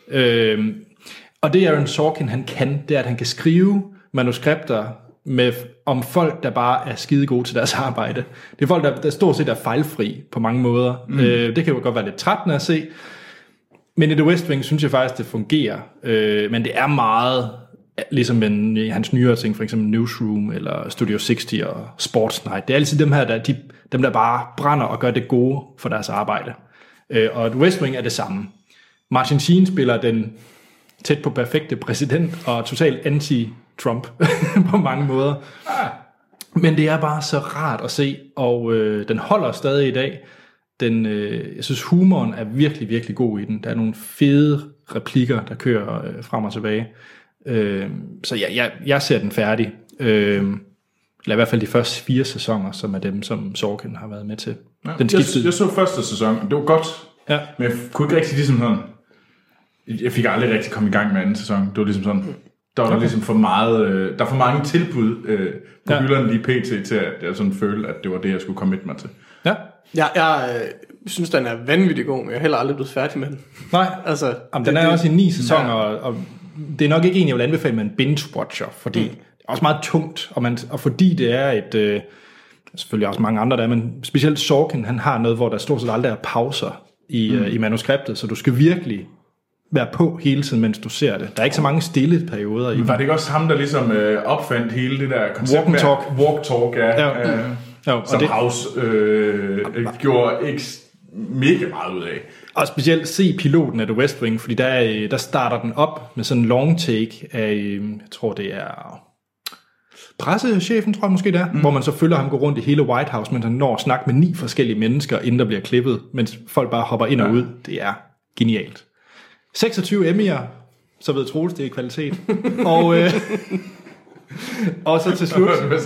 Og det Aaron Sorkin han kan, det er, at han kan skrive manuskripter om folk, der bare er skide gode til deres arbejde. Det er folk, der stort set er fejlfri på mange måder. Det kan jo godt være lidt trættende at se. Men i The West Wing synes jeg faktisk, det fungerer. Men det er meget ligesom hans nyere ting, for eksempel Newsroom eller Studio 60 og Sports Night. Det er altid dem her, dem der bare brænder og gør det gode for deres arbejde. Og The West Wing er det samme. Martin Sheen spiller den tæt på perfekte præsident og totalt anti-Trump på mange måder. Men det er bare så rart at se, og den holder stadig i dag. Jeg synes, humoren er virkelig, virkelig god i den. Der er nogle fede replikker, der kører frem og tilbage. Så jeg ser den færdig. Eller i hvert fald de første 4 sæsoner, som er dem, som Sorkin har været med til. Ja. Den skiftede. Jeg så første sæson, det var godt, men jeg kunne ikke rigtig ligesom sådan... Jeg fik aldrig rigtig kommet i gang med anden sæson. Det var ligesom sådan... Der var ligesom for meget... der er for mange tilbud på hylderne lige pt. Til, at jeg sådan følte, at det var det, jeg skulle committe mig til. Ja. Jeg synes, den er vanvittig god, men jeg er heller aldrig blevet færdig med den. Nej, altså, den er også i 9 sæsoner, og det er nok ikke en, jeg vil anbefale med en binge-watcher, fordi det er også meget tungt, og fordi det er et... selvfølgelig også mange andre der, men specielt Sorkin, han har noget, hvor der stort set aldrig er pauser i manuskriptet, så du skal virkelig være på hele tiden, mens du ser det. Der er ikke så mange stille perioder. Men var det ikke også ham, der ligesom opfandt hele det der koncept walk and talk? Walk talk, ja. Som House gjorde ikke mega meget ud af. Og specielt se piloten af The West Wing, fordi der starter den op med sådan en long take af, jeg tror det er pressechefen, tror jeg måske det er, hvor man så følger ham gå rundt i hele White House, mens han når at snakke med 9 forskellige mennesker, inden der bliver klippet, mens folk bare hopper ind og ud. Det er genialt. 26 Emmy'er, så ved Troels, det er kvalitet. Og så til slut...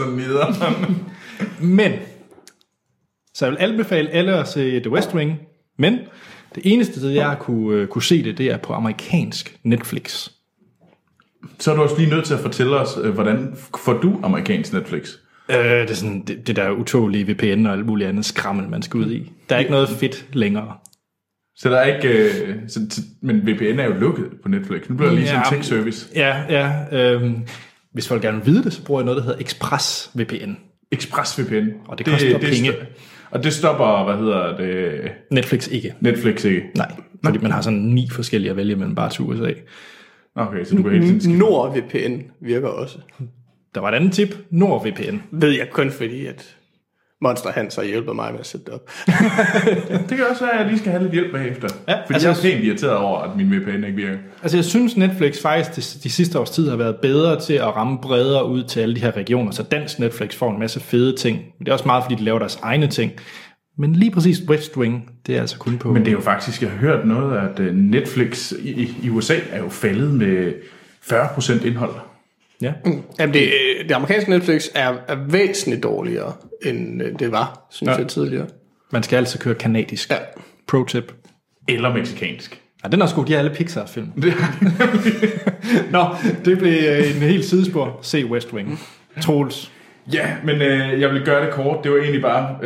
Men, så jeg vil anbefale alle at se The West Wing, men det eneste sted, jeg kunne se det er på amerikansk Netflix. Så er du også lige nødt til at fortælle os, hvordan får du amerikansk Netflix? Det er sådan det der utålige VPN og alt muligt andet skrammel, man skal ud i. Der er ikke noget fedt længere. Så der er ikke... men VPN er jo lukket på Netflix. Nu bliver der lige sådan en tech-service. Ja. Hvis folk gerne vil vide det, så bruger jeg noget, der hedder ExpressVPN. ExpressVPN. Og det koster penge. Og det stopper, hvad hedder det? Netflix ikke. Nej, fordi man har sådan 9 forskellige at vælge mellem bare til USA. Okay, så du kan hele tiden... NordVPN virker også. Der var et andet tip. NordVPN. Ved jeg kun fordi, at Monster Hans har hjulpet mig med at sætte det op. Det kan også være, at jeg lige skal have lidt hjælp bagefter. Ja, fordi jeg er pænt irriteret over, at min VPN ikke virker. Altså jeg synes Netflix faktisk de sidste års tid har været bedre til at ramme bredere ud til alle de her regioner. Så dansk Netflix får en masse fede ting. Men det er også meget, fordi de laver deres egne ting. Men lige præcis West Wing, det er altså kun på... Men det er jo faktisk, jeg har hørt noget, at Netflix i USA er jo faldet med 40% indhold. Ja. Jamen det amerikanske Netflix er væsentligt dårligere, end det var, synes jeg, tidligere. Man skal altid køre kanadisk. Ja. Pro-tip. Eller mexikansk. Ja, den er sgu, de har alle Pixar-film. Nå, det blev en helt sidespor. Se West Wing. Troels. Ja, men jeg vil gøre det kort. Det var egentlig bare...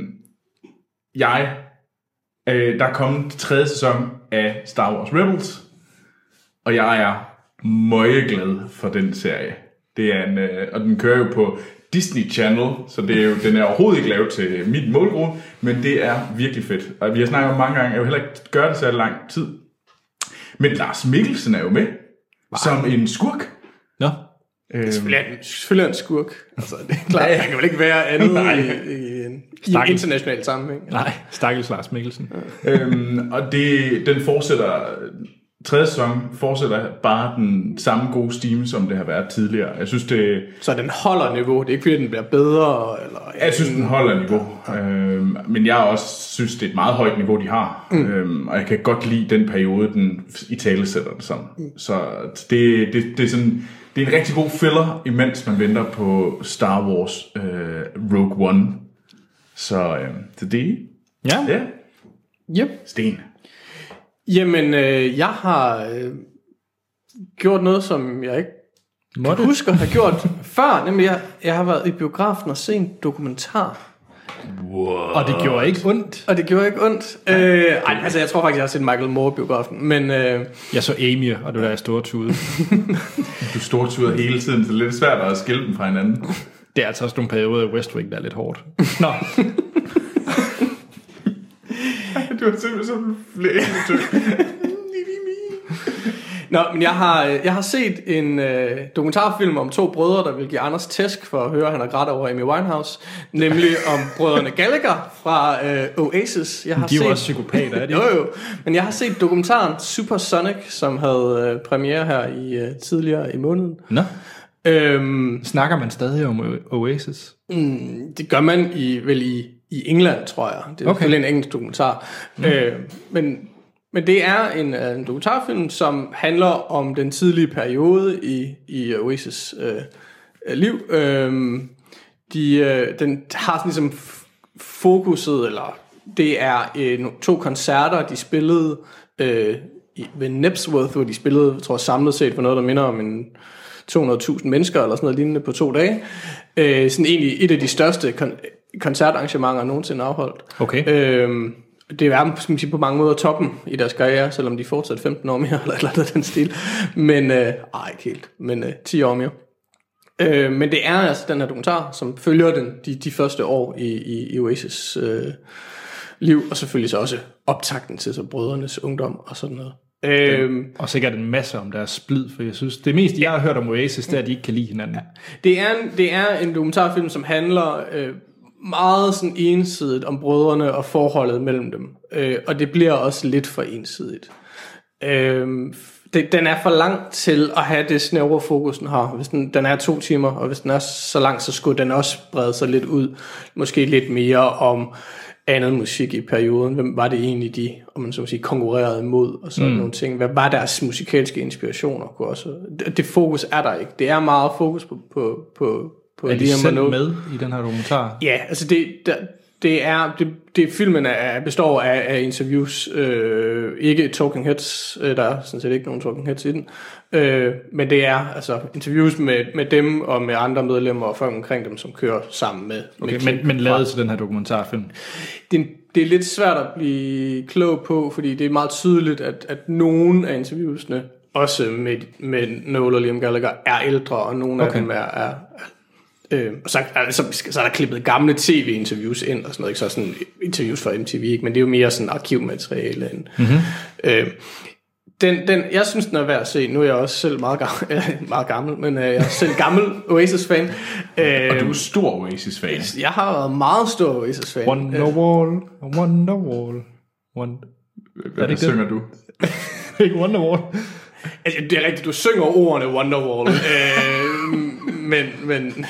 der er kommet 3. sæson af Star Wars Rebels, og jeg er møgeglad for den serie. Det er og den kører jo på Disney Channel, så den er overhovedet ikke lavet til mit målgruppe, men det er virkelig fedt. Og vi har snakket om mange gange, jeg vil heller ikke gøre det så lang tid. Men Lars Mikkelsen er jo med, som en skurk. Nå. Selvfølgelig er en skurk. Altså, det er klart, han kan vel ikke være andet i en international sammenhæng. Nej, stakkels Lars Mikkelsen. Og den fortsætter... 3. sæson fortsætter bare den samme gode stime, som det har været tidligere. Jeg synes, det... Så den holder niveau? Det er ikke fordi, den bliver bedre? Eller... Jeg synes, den holder niveau. Men jeg også synes, det er et meget højt niveau, de har. Og jeg kan godt lide den periode, den i tale sætter det sådan. Så det er sådan... Det er en rigtig god filler, imens man venter på Star Wars Rogue One. Så det... Ja. Yep. Sten. Jamen, jeg har gjort noget, som jeg ikke kan huske at have gjort før. Nemlig, jeg har været i biografen og set en dokumentar. Wow. Og det gjorde ikke ondt. Altså, jeg tror faktisk, jeg har set Michael Moore i biografen. Men, jeg så Amy, og det var der stortude. Du stortuder hele tiden, så det er lidt svært at skille dem fra hinanden. Det er altså også nogle perioder i West Wing, der er lidt hårdt. Nå. Du har simpelthen sådan flere Nå, men jeg har set en dokumentarfilm om 2 brødre, der vil give Anders tæsk for at høre, at han har grædt over Amy Winehouse. Nemlig om brødrene Gallagher fra Oasis. De er jo også psykopater, er de? Jo. Men jeg har set dokumentaren Supersonic, som havde premiere her tidligere i måneden. Nå. Snakker man stadig om Oasis? Det gør man i England, tror jeg. Det er selvfølgelig en engelsk dokumentar. Men det er en dokumentarfilm, som handler om den tidlige periode i Oasis liv. den har sådan ligesom fokuset, eller det er 2 koncerter, de spillede ved Knebworth, hvor de spillede, jeg tror samlet set for noget, der minder om 200.000 mennesker, eller sådan noget lignende på 2 dage. Sådan egentlig et af de største koncertarrangementer nogensinde afholdt. Okay. Det er, skal man sige, på mange måder toppen i deres karriere, selvom de fortsat 15 år mere, eller den stil. Men, ikke helt, men 10 år mere. Men det er altså den her dokumentar, som følger de første år i Oasis liv, og selvfølgelig så også optakten til så brødrenes ungdom og sådan noget. Og sikkert en masse om deres splid, for jeg synes, det meste jeg har hørt om Oasis, det er, at de ikke kan lide hinanden. Ja. Det er en dokumentarfilm, som handler meget sådan ensidigt om brødrene og forholdet mellem dem. Og det bliver også lidt for ensidigt. Den er for lang til at have det snævre fokus, den har. Hvis den er 2 timer, og hvis den er så lang, så skulle den også brede sig lidt ud. Måske lidt mere om andet musik i perioden. Hvem var det egentlig, de, om man så må sige, konkurrerede imod, og sådan nogle ting. Hvad var deres musikalske inspirationer? Det fokus er der ikke. Det er meget fokus på er de selv med i den her dokumentar? Ja, altså filmen består af interviews, ikke talking heads, der er sådan set ikke nogen talking heads i den, men det er altså interviews med dem og med andre medlemmer og folk omkring dem, som kører sammen med. Okay, men lavet til den her dokumentarfilm? Det er lidt svært at blive klog på, fordi det er meget tydeligt, at nogle af interviewsene, også med Noel og Liam Gallagher, er ældre, og nogle af dem er så er der klippet gamle tv-interviews ind og sådan noget, ikke så sådan interviews fra MTV, ikke? Men det er jo mere sådan arkivmateriale end. Jeg synes den er værd at se. Nu er jeg også selv meget gammel, men jeg er selv gammel Oasis-fan. Og du er stor Oasis-fan. Jeg har været meget stor Oasis-fan. Wonderwall. Hvad synger du? Ikke Wonderwall. Altså, det er rigtigt, du synger ordene Wonderwall. Men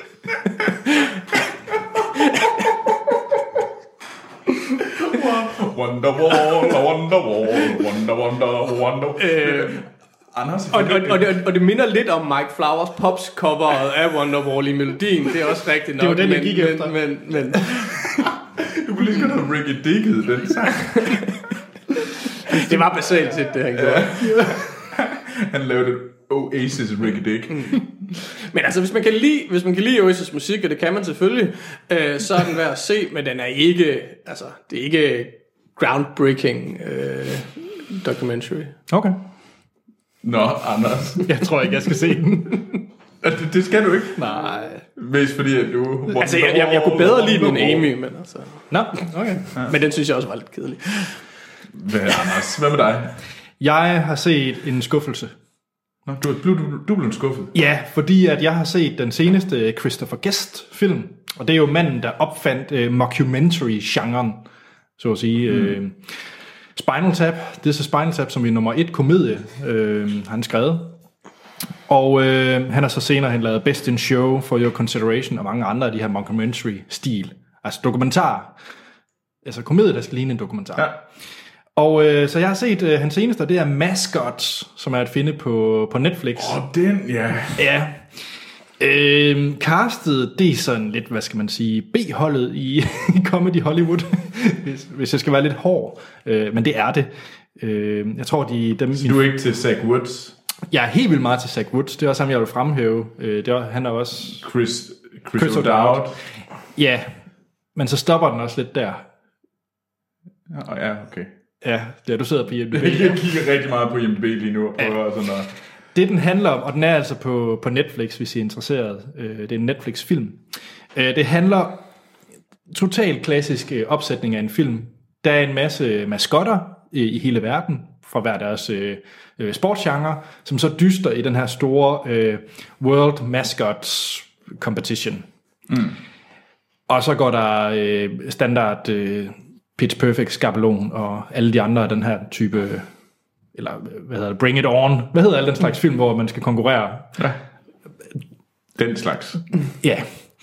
Wonderwall. Anders, og det minder lidt om Mike Flowers Pops coveret af Wonderwall i melodien. Det er også rigtigt nok. Det var den, jeg gik efter. Men du kunne lige så godt have Ricky Dick'et den sang. Det var basalt set, det han gjorde. Han lavede et Oasis Ricky Dick. Men altså, hvis man kan lide Oasis musik, og det kan man selvfølgelig, så er den værd at se, men den er ikke, altså, det er ikke groundbreaking documentary. Okay. Nå, Anders. Jeg tror ikke, jeg skal se den. Det skal du ikke? Nej. Mest fordi, at du... Altså, jeg kunne bedre lide den end Amy, men altså... Nå, okay. Ja. Men den synes jeg også var lidt kedelig. Anders, hvad med dig? Jeg har set en skuffelse. Nå, du blev skuffet? Ja, fordi at jeg har set den seneste Christopher Guest-film, og det er jo manden, der opfandt mockumentary-genren, så at sige. Spinal Tap, det er så Spinal Tap, som er nummer 1 komedie, han skrevet. Og han har så senere lavet Best in Show, For Your Consideration, og mange andre af de her mockumentary-stil. Altså dokumentar. Altså komedie, der skal ligne en dokumentar. Ja. Og så jeg har set hans seneste, og det er Mascots, som er at finde på Netflix. Den, ja. Ja. Castet, det er sådan lidt, hvad skal man sige, B-holdet i Comedy Hollywood, hvis jeg skal være lidt hård. Men det er det. Jeg tror, du er ikke til Zach Woods? Jeg er helt vildt meget til Zach Woods. Det er også ham, jeg vil fremhæve. Han er også... Chris O'Dowd. Ja, men så stopper den også lidt der. Ja, okay. Ja, du sidder på IMDb. Jeg kigger rigtig meget på IMDb lige nu. Og prøver sådan noget. Det den handler om, og den er altså på Netflix, hvis I er interesseret. Det er en Netflix-film. Det handler totalt klassisk opsætning af en film. Der er en masse maskotter i hele verden, fra hver deres sportsgenre, som så dyster i den her store World Mascots Competition. Og så går der standard Pitch Perfect skabelon og alle de andre af den her type, eller hvad hedder det, Bring It On. Hvad hedder alle den slags film, hvor man skal konkurrere? Ja. Den slags. Ja.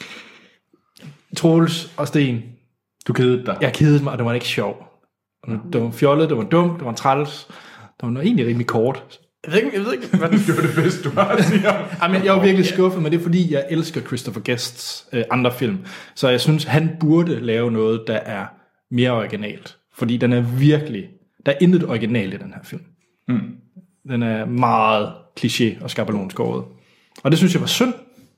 Troels og Sten. Du kedede dig. Jeg kedede mig, og det var ikke sjov. Det var fjollet, det var dumt, det var træls. Det var egentlig rimelig kort. Jeg ved ikke, hvad Det var det bedste, du har at sige om. Jamen, jeg er virkelig skuffet, men det er fordi, jeg elsker Christopher Guests andre film. Så jeg synes, han burde lave noget, der er mere originalt. Fordi den er virkelig... Der er intet originalt i den her film. Den er meget kliché og skabelonskåret. Og det synes jeg var synd.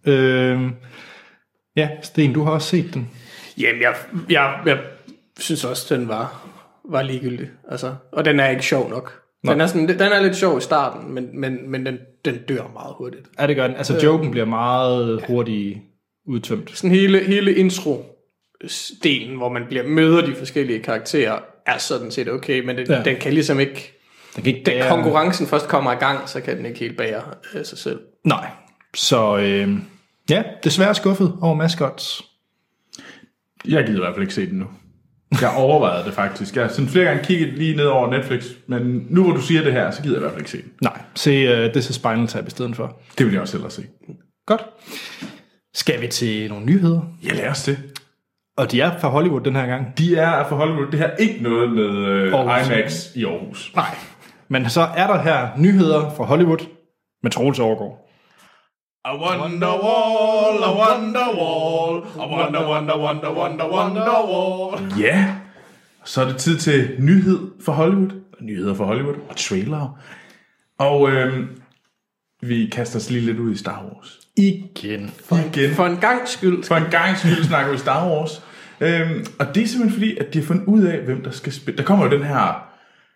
Ja, Sten, du har også set den. Jamen, jeg synes også, den var ligegyldig. Altså, og den er ikke sjov nok. Den er lidt sjov i starten, men den dør meget hurtigt. Ja, det gør den. Altså, joken bliver meget hurtigt udtømt. Sådan hele intro-delen, hvor man møder de forskellige karakterer, er sådan set okay, men den kan ligesom ikke... Da konkurrencen først kommer i gang, så kan den ikke helt bære sig selv. Nej. Så ja, desværre skuffet over Mascots. Jeg gider i hvert fald ikke se den nu. Jeg overvejede det faktisk. Jeg har sådan flere gange kigget lige ned over Netflix, men nu hvor du siger det her, så gider jeg i hvert fald ikke se den. Nej, se This is Spinal Tap i stedet for. Det vil jeg også hellere se. Godt. Skal vi til nogle nyheder? Ja, lad os det. Og de er fra Hollywood den her gang. De er fra Hollywood. Det har ikke noget med IMAX i Aarhus. Nej. Men så er der her nyheder fra Hollywood med Troels Overgaard. I wonder wall, I wonder wall, I wonder wall. Ja, så er det tid til nyheder fra Hollywood og trailere. Og vi kaster os lige lidt ud i Star Wars. Igen. For en gang skyld. For en gang skyld snakker vi Star Wars. Og det er simpelthen fordi, at de har fundet ud af, hvem der skal spille. Der kommer jo den her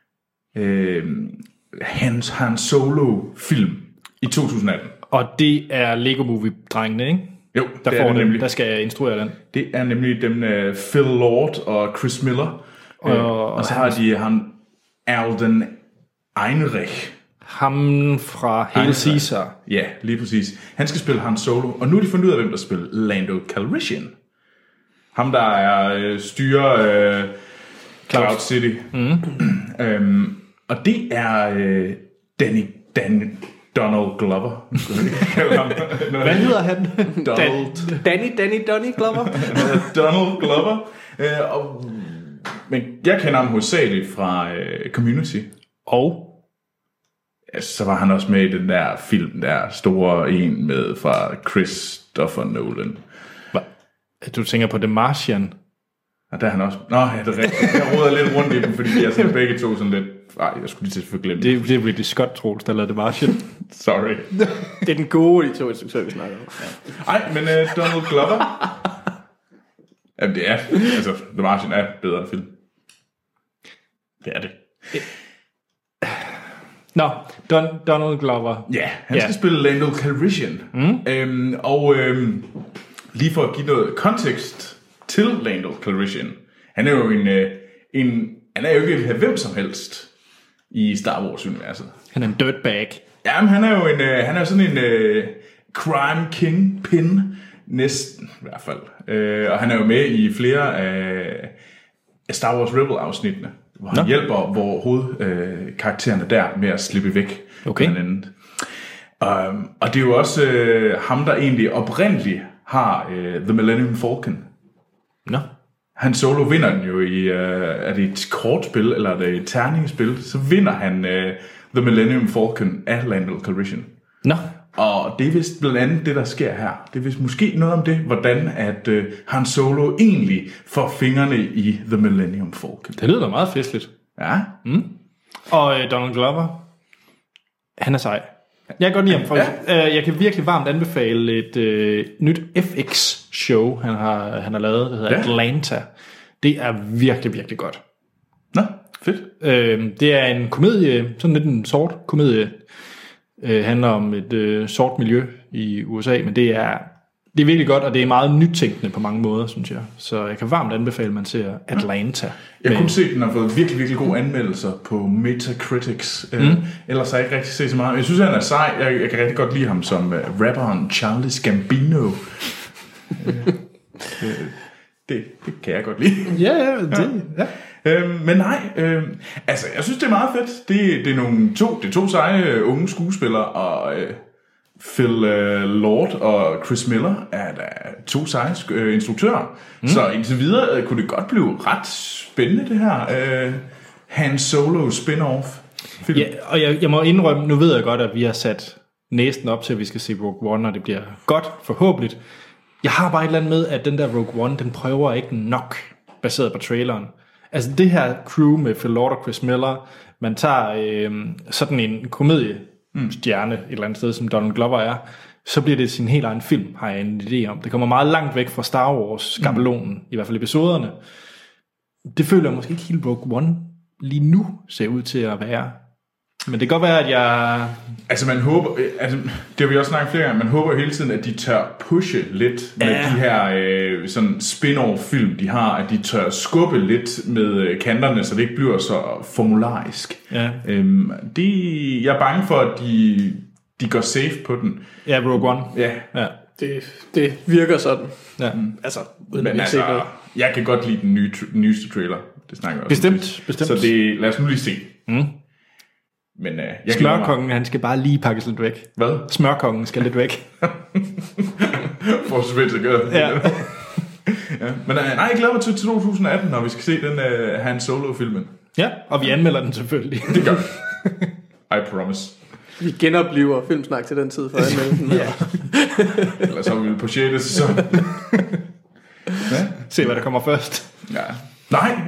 Han Solo-film i 2018. Og det er Lego Movie-drengene, ikke? Jo, der det får er det nemlig. Der skal instruere den. Det er nemlig dem Phil Lord og Chris Miller. Og så har de ham Alden Ehrenreich. Ham fra Hail Caesar. Ja, lige præcis. Han skal spille Han Solo. Og nu er de fundet ud af, hvem der spiller Lando Calrissian. Ham, der er styrer Cloud City. Og det er Donald Glover. Hvad hedder han? Danny Glover. Donald Glover. Men jeg kender ham hovedsageligt fra Community. Og? Ja, så var han også med i den der film, der store en med fra Christopher Nolan. Du tænker på The Martian? Og der er han også... Nå, ja, det er rigtigt. Jeg roder lidt rundt i dem, fordi jeg er begge to sådan lidt... Nej, jeg skulle lige til at glemme det. Det er Ridley Scott, Troels, der lavede The Martian. Sorry. Det er den gode, de to instruktører, vi snakker om. Nej, men Donald Glover... Jamen, det er... Altså, The Martian er bedre film. Det er det. Nå, Donald Glover. Ja, han skal spille Lando Calrissian. Lige for at give noget kontekst til Lando Calrissian. Han er jo han er jo ikke hvem som helst i Star Wars-universet. Han er en dirtbag. Jamen, han er jo sådan en crime kingpin, næsten i hvert fald. Og han er jo med i flere af Star Wars Rebel-afsnittene, hvor han hjælper hovedkaraktererne der med at slippe væk. Okay. Og det er jo også ham, der egentlig oprindeligt har The Millennium Falcon. Nå. Han Solo vinder den jo i, er det et kortspil, eller er det et terningsspil, så vinder han The Millennium Falcon af Lando Calrissian. Nå. Og det er vist blandt andet det, der sker her. Det er vist måske noget om det, hvordan at Han Solo egentlig får fingrene i The Millennium Falcon. Det lyder meget festligt. Ja. Og Donald Glover, han er sej. Jeg kan godt lide ham. Jeg kan virkelig varmt anbefale et nyt FX-show, han har lavet, der hedder Atlanta. Det er virkelig, virkelig godt. Nå, fedt. Det er en komedie, sådan lidt en sort komedie. Handler om et sort miljø i USA, men det er virkelig godt, og det er meget nytænkende på mange måder, synes jeg. Så jeg kan varmt anbefale, at man ser Atlanta. Jeg kunne se, at den har fået virkelig, virkelig gode anmeldelser på Metacritics. Ellers har jeg ikke rigtig set så meget. Jeg synes, han er sej. Jeg kan rigtig godt lide ham som rapperen Charles Gambino. Det kan jeg godt lide. Ja. Men nej, altså jeg synes det er meget fedt. Det er to seje unge skuespillere, og Phil Lord og Chris Miller er der to seje instruktører. Så indtil videre kunne det godt blive ret spændende det her Han Solo spin-off. film. Ja, og jeg må indrømme, nu ved jeg godt, at vi har sat næsten op til, at vi skal se Rogue One, og det bliver godt, forhåbentlig. Jeg har bare et eller andet med, at den der Rogue One, den prøver ikke nok, baseret på traileren. Altså det her crew med Phil Lord og Chris Miller, man tager sådan en komediestjerne et eller andet sted, som Donald Glover er, så bliver det sin helt egen film, har jeg en idé om. Det kommer meget langt væk fra Star Wars-skabelonen, i hvert fald episoderne. Det føler jeg måske ikke helt Rogue One lige nu ser ud til at være. Men det kan godt være, at jeg... Altså man håber, det har vi også snakket flere gange, man håber hele tiden, at de tør pushe lidt med de her sådan spin-off film, de har, at de tør skubbe lidt med kanterne, så det ikke bliver så formularisk. Ja. Jeg er bange for, at de går safe på den. Ja, Rogue One. Ja. Det virker sådan. Ja. Altså, Men altså, jeg kan godt lide den nyeste trailer. Det snakker jeg Bestemt. Så lad os nu lige se. Men Smørkongen, han skal bare lige pakkes lidt væk. Hvad? Smørkongen skal lidt væk. For så vidt, så gør det. Ja. Ja. Men jeg glæder mig til 2018, når vi skal se den Han Solo-filmen. Ja, og vi anmelder den selvfølgelig. Det gør vi. I promise. Vi genoplever filmsnak til den tid for anmeldelsen. Ja. Ellers så er vi på 6. sæson. Ja. Se, hvad der kommer først. Ja. Nej,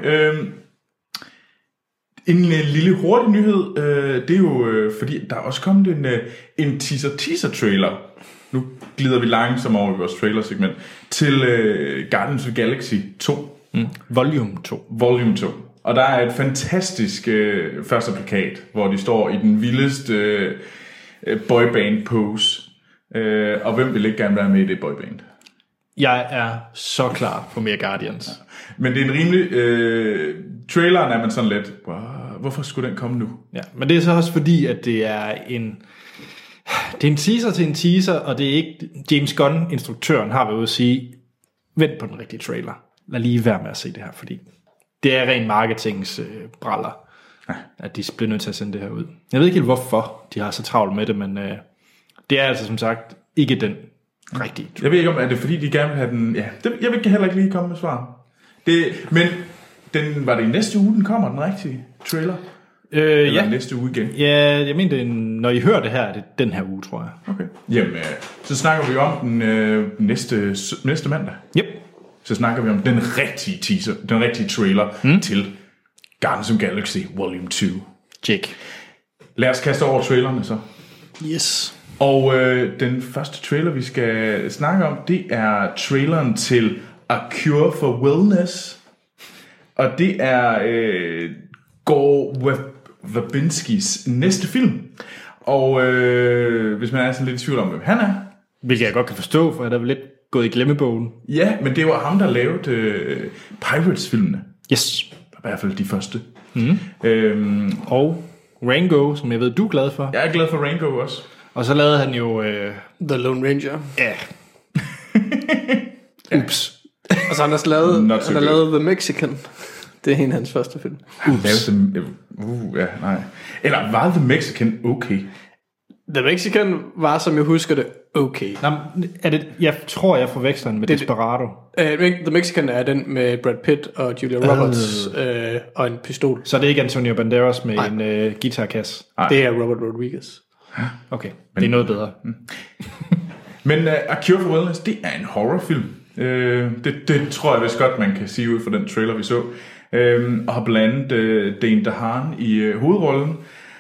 en lille hurtig nyhed, det er jo fordi, der er også kommet en teaser-trailer. Nu glider vi langsomt over i vores trailer-segment til Guardians of the Galaxy 2. Volume 2. Volume 2. Og der er et fantastisk første plakat, hvor de står i den vildeste boyband-pose. Og hvem vil ikke gerne være med i det boyband? Jeg er så klar på mere Guardians. Ja. Men det er en rimelig... traileren er man sådan lidt... Hvorfor skulle den komme nu? Ja, men det er så også fordi, at det er en teaser til en teaser, og det er ikke... James Gunn, instruktøren, har været ude at sige, vent på den rigtige trailer. Lad lige være med at se det her, fordi det er ren marketingsbraller, at de bliver nødt til at sende det her ud. Jeg ved ikke helt, hvorfor de har så travlt med det, men det er altså som sagt ikke den rigtige trailer. Jeg ved ikke, om det er fordi, de gerne vil have den... Ja, jeg vil heller ikke lige komme med svar. Men var det i næste uge, den kommer, den rigtige trailer? Eller næste uge igen? Ja, jeg mener, når I hører det her, er det den her uge, tror jeg. Okay. Jamen, så snakker vi om den næste mandag. Yep. Så snakker vi om den rigtige teaser, den rigtige trailer til Guardians of the Galaxy Volume 2. Check. Lad os kaste over trailerne så. Yes. Og den første trailer, vi skal snakke om, det er traileren til A Cure for Wellness. Og det er Gore Verbinskis næste film. Og hvis man er sådan lidt i tvivl om, hvem han er. Hvilket jeg godt kan forstå, for jeg er vel lidt gået i glemmebogen. Ja, men det var ham, der lavede Pirates-filmene. Yes. I hvert fald de første. Og Rango, som jeg ved, du er glad for. Jeg er glad for Rango også. Og så lavede han jo... The Lone Ranger. Ja. Ups. Og så han har lavet The Mexican. Det er en af hans første film. Nej. Eller var The Mexican okay? The Mexican var, som jeg husker det, okay. Nå, jeg tror, jeg forveksler den med Desperado. The Mexican er den med Brad Pitt og Julia Roberts og en pistol. Så det er ikke Antonio Banderas med en guitarkasse? Det er Robert Rodriguez. Okay, det er noget bedre. Men A Cure for Wellness, det er en horrorfilm. Det tror jeg vist godt, man kan sige ud fra den trailer, vi så. Og har blandet Dane DeHaan i hovedrollen.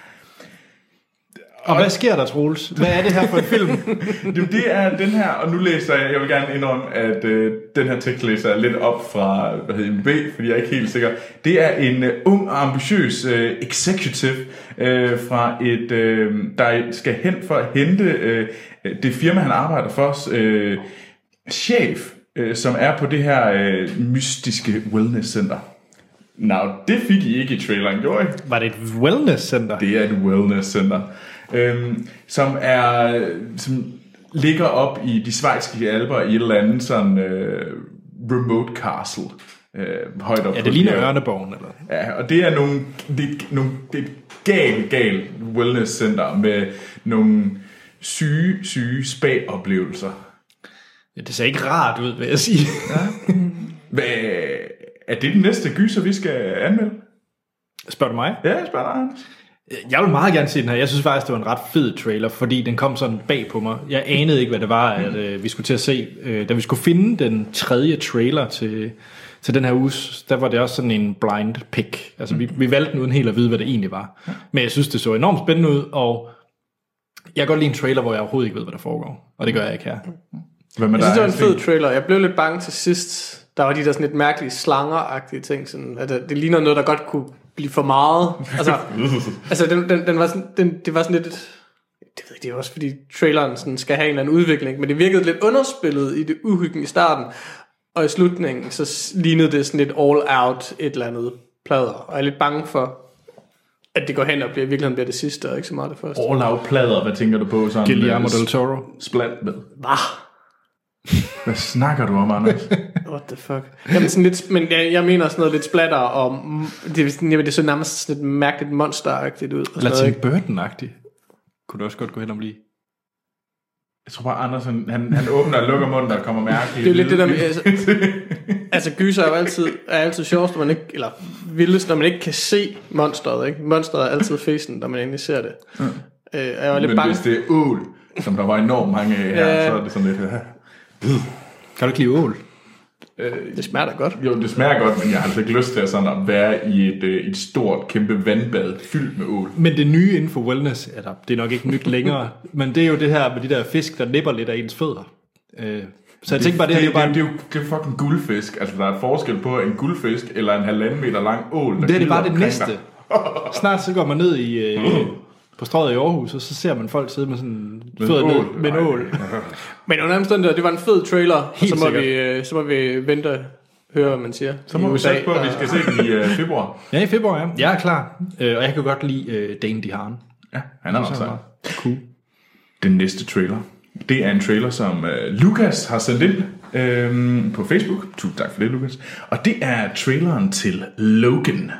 Og hvad sker der, Troels? Hvad er det her for en film? Det er den her, og nu læser jeg vil gerne indrømme, at den her tekst læser jeg lidt op fra IMDb, fordi jeg er ikke helt sikker. Det er en ung og ambitiøs executive fra et, der skal hen for at hente det firma, han arbejder for, chef, som er på det her mystiske wellness center. Nå, det fik I ikke i traileren, gjorde I? Var det et wellness center? Det er et wellness center, som ligger op i de schweiziske alper i et eller andet sådan remote castle. Højt op. Ja, det ligner Ørneborgen, eller? Ja, og det er et galt wellness center med nogle syge spa-oplevelser. Ja, det ser ikke rart ud, vil jeg sige. Ja. Er det den næste gyser, vi skal anmelde? Spørger du mig? Ja, jeg spørger dig, Anders. Jeg vil meget gerne se den her. Jeg synes faktisk, det var en ret fed trailer, fordi den kom sådan bag på mig. Jeg anede ikke, hvad det var, at vi skulle til at se. Da vi skulle finde den 3. trailer til den her uge, der var det også sådan en blind pick. Altså, vi valgte den uden helt at vide, hvad det egentlig var. Men jeg synes, det så enormt spændende ud, og jeg kan godt lide en trailer, hvor jeg overhovedet ikke ved, hvad der foregår. Og det gør jeg ikke her. Jeg synes, det var en fed trailer. Jeg blev lidt bange til sidst. Der var de der sådan lidt mærkelige slanger-agtige ting. Sådan, at det ligner noget, der godt kunne blive for meget. Altså den var sådan, det var sådan lidt... Det ved ikke, det er også fordi traileren sådan skal have en eller anden udvikling, men det virkede lidt underspillet i det uhyggelige i starten, og i slutningen så lignede det sådan lidt all out et eller andet plader, og jeg er lidt bange for, at det går hen og virkelig bliver det sidste, og ikke så meget det første. All out plader, hvad tænker du på? Sådan Guillermo del Toro. Splat med. Hvad snakker du om, Anders? What the fuck? Jamen sådan lidt, men jeg mener sådan noget lidt splatter, og det så nærmest sådan lidt mærkeligt monsteragtigt ud. Eller Tim Burton-agtigt. Kunne du også godt gå hen og blive? Jeg tror bare, Anders, han åbner og lukker munden, der kommer mærkeligt. Det er jo lidt det der med, altså gyser er jo altid sjovest, når man ikke, eller vildest, når man ikke kan se monsteret, ikke? Monsteret er altid facen, når man endelig ser det. Jeg var lidt bange. Hvis det er ål, som der var enormt mange af her, så er det sådan lidt... Kan du ikke lide ål? Det smager da godt. Jo, det smager godt, men jeg har altså ikke lyst til sådan at være i et stort, kæmpe vandbad fyldt med ål. Men det nye inden for wellness, det er nok ikke nyt længere, men det er jo det her med de der fisk, der nipper lidt af ens fødder. Så jeg tænker bare, det er bare... Det er fucking guldfisk. Altså, der er forskel på en guldfisk eller en 1,5 meter lang ål. Det er bare det næste. Snart så går man ned i... på strøget i Aarhus, og så ser man folk sidde med sådan fødder ned med en ål. Men under omstændighed, det var en fed trailer, og så må vi vente og høre, hvad man siger. Så må vi sætte på, at vi skal se den i februar. Ja, i februar, ja. Jeg er klar, og jeg kan godt lide Dane DeHaan. Ja, han er også cool. Den næste trailer, det er en trailer, som Lukas har sendt ind på Facebook. Tusind tak for det, Lukas. Og det er traileren til Logan.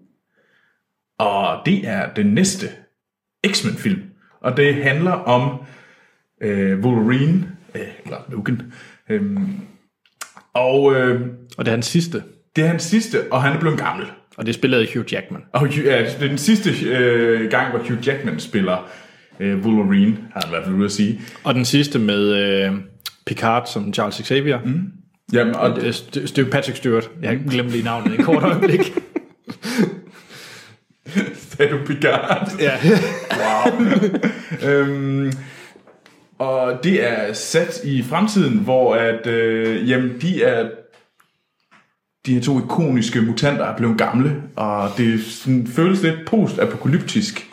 Og det er den næste X-Men-film, og det handler om Wolverine, eller Logan, og det er hans sidste. Det er hans sidste, og han er blevet gammel. Og det spillede Hugh Jackman. Og det er den sidste gang, hvor Hugh Jackman spiller Wolverine, har han i hvert fald ude at sige. Og den sidste med Picard som Charles Xavier. Jamen, og det er Patrick Stewart. Jeg glemte lige navnet i et kort øjeblik. Sagde du Picard? Ja. Wow. Og det er sat i fremtiden, hvor at, de her to ikoniske mutanter er blevet gamle, og det sådan, føles lidt post-apokalyptisk.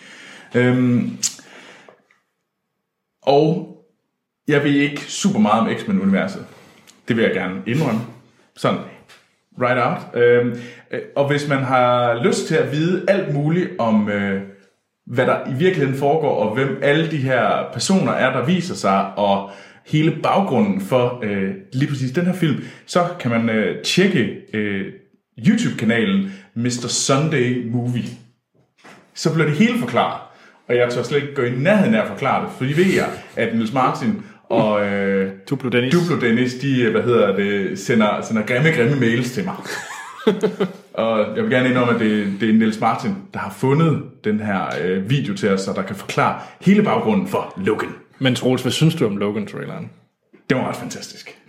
Og jeg ved ikke super meget om X-Men-universet. Det vil jeg gerne indrømme. Sådan, right out. Og hvis man har lyst til at vide alt muligt om, hvad der i virkeligheden foregår, og hvem alle de her personer er, der viser sig, og hele baggrunden for lige præcis den her film, så kan man tjekke YouTube-kanalen Mr. Sunday Movie. Så bliver det hele forklaret. Og jeg tør slet ikke gå i nærheden af at forklare det, fordi ved jeg, at Niels Martin og Duplo Dennis, de sender grimme mails til mig. Og jeg vil gerne indrømme, at det er Niels Martin, der har fundet den her video til os, så der kan forklare hele baggrunden for Logan. Men Troels, hvad synes du om Logan-traileren? Det var ret fantastisk.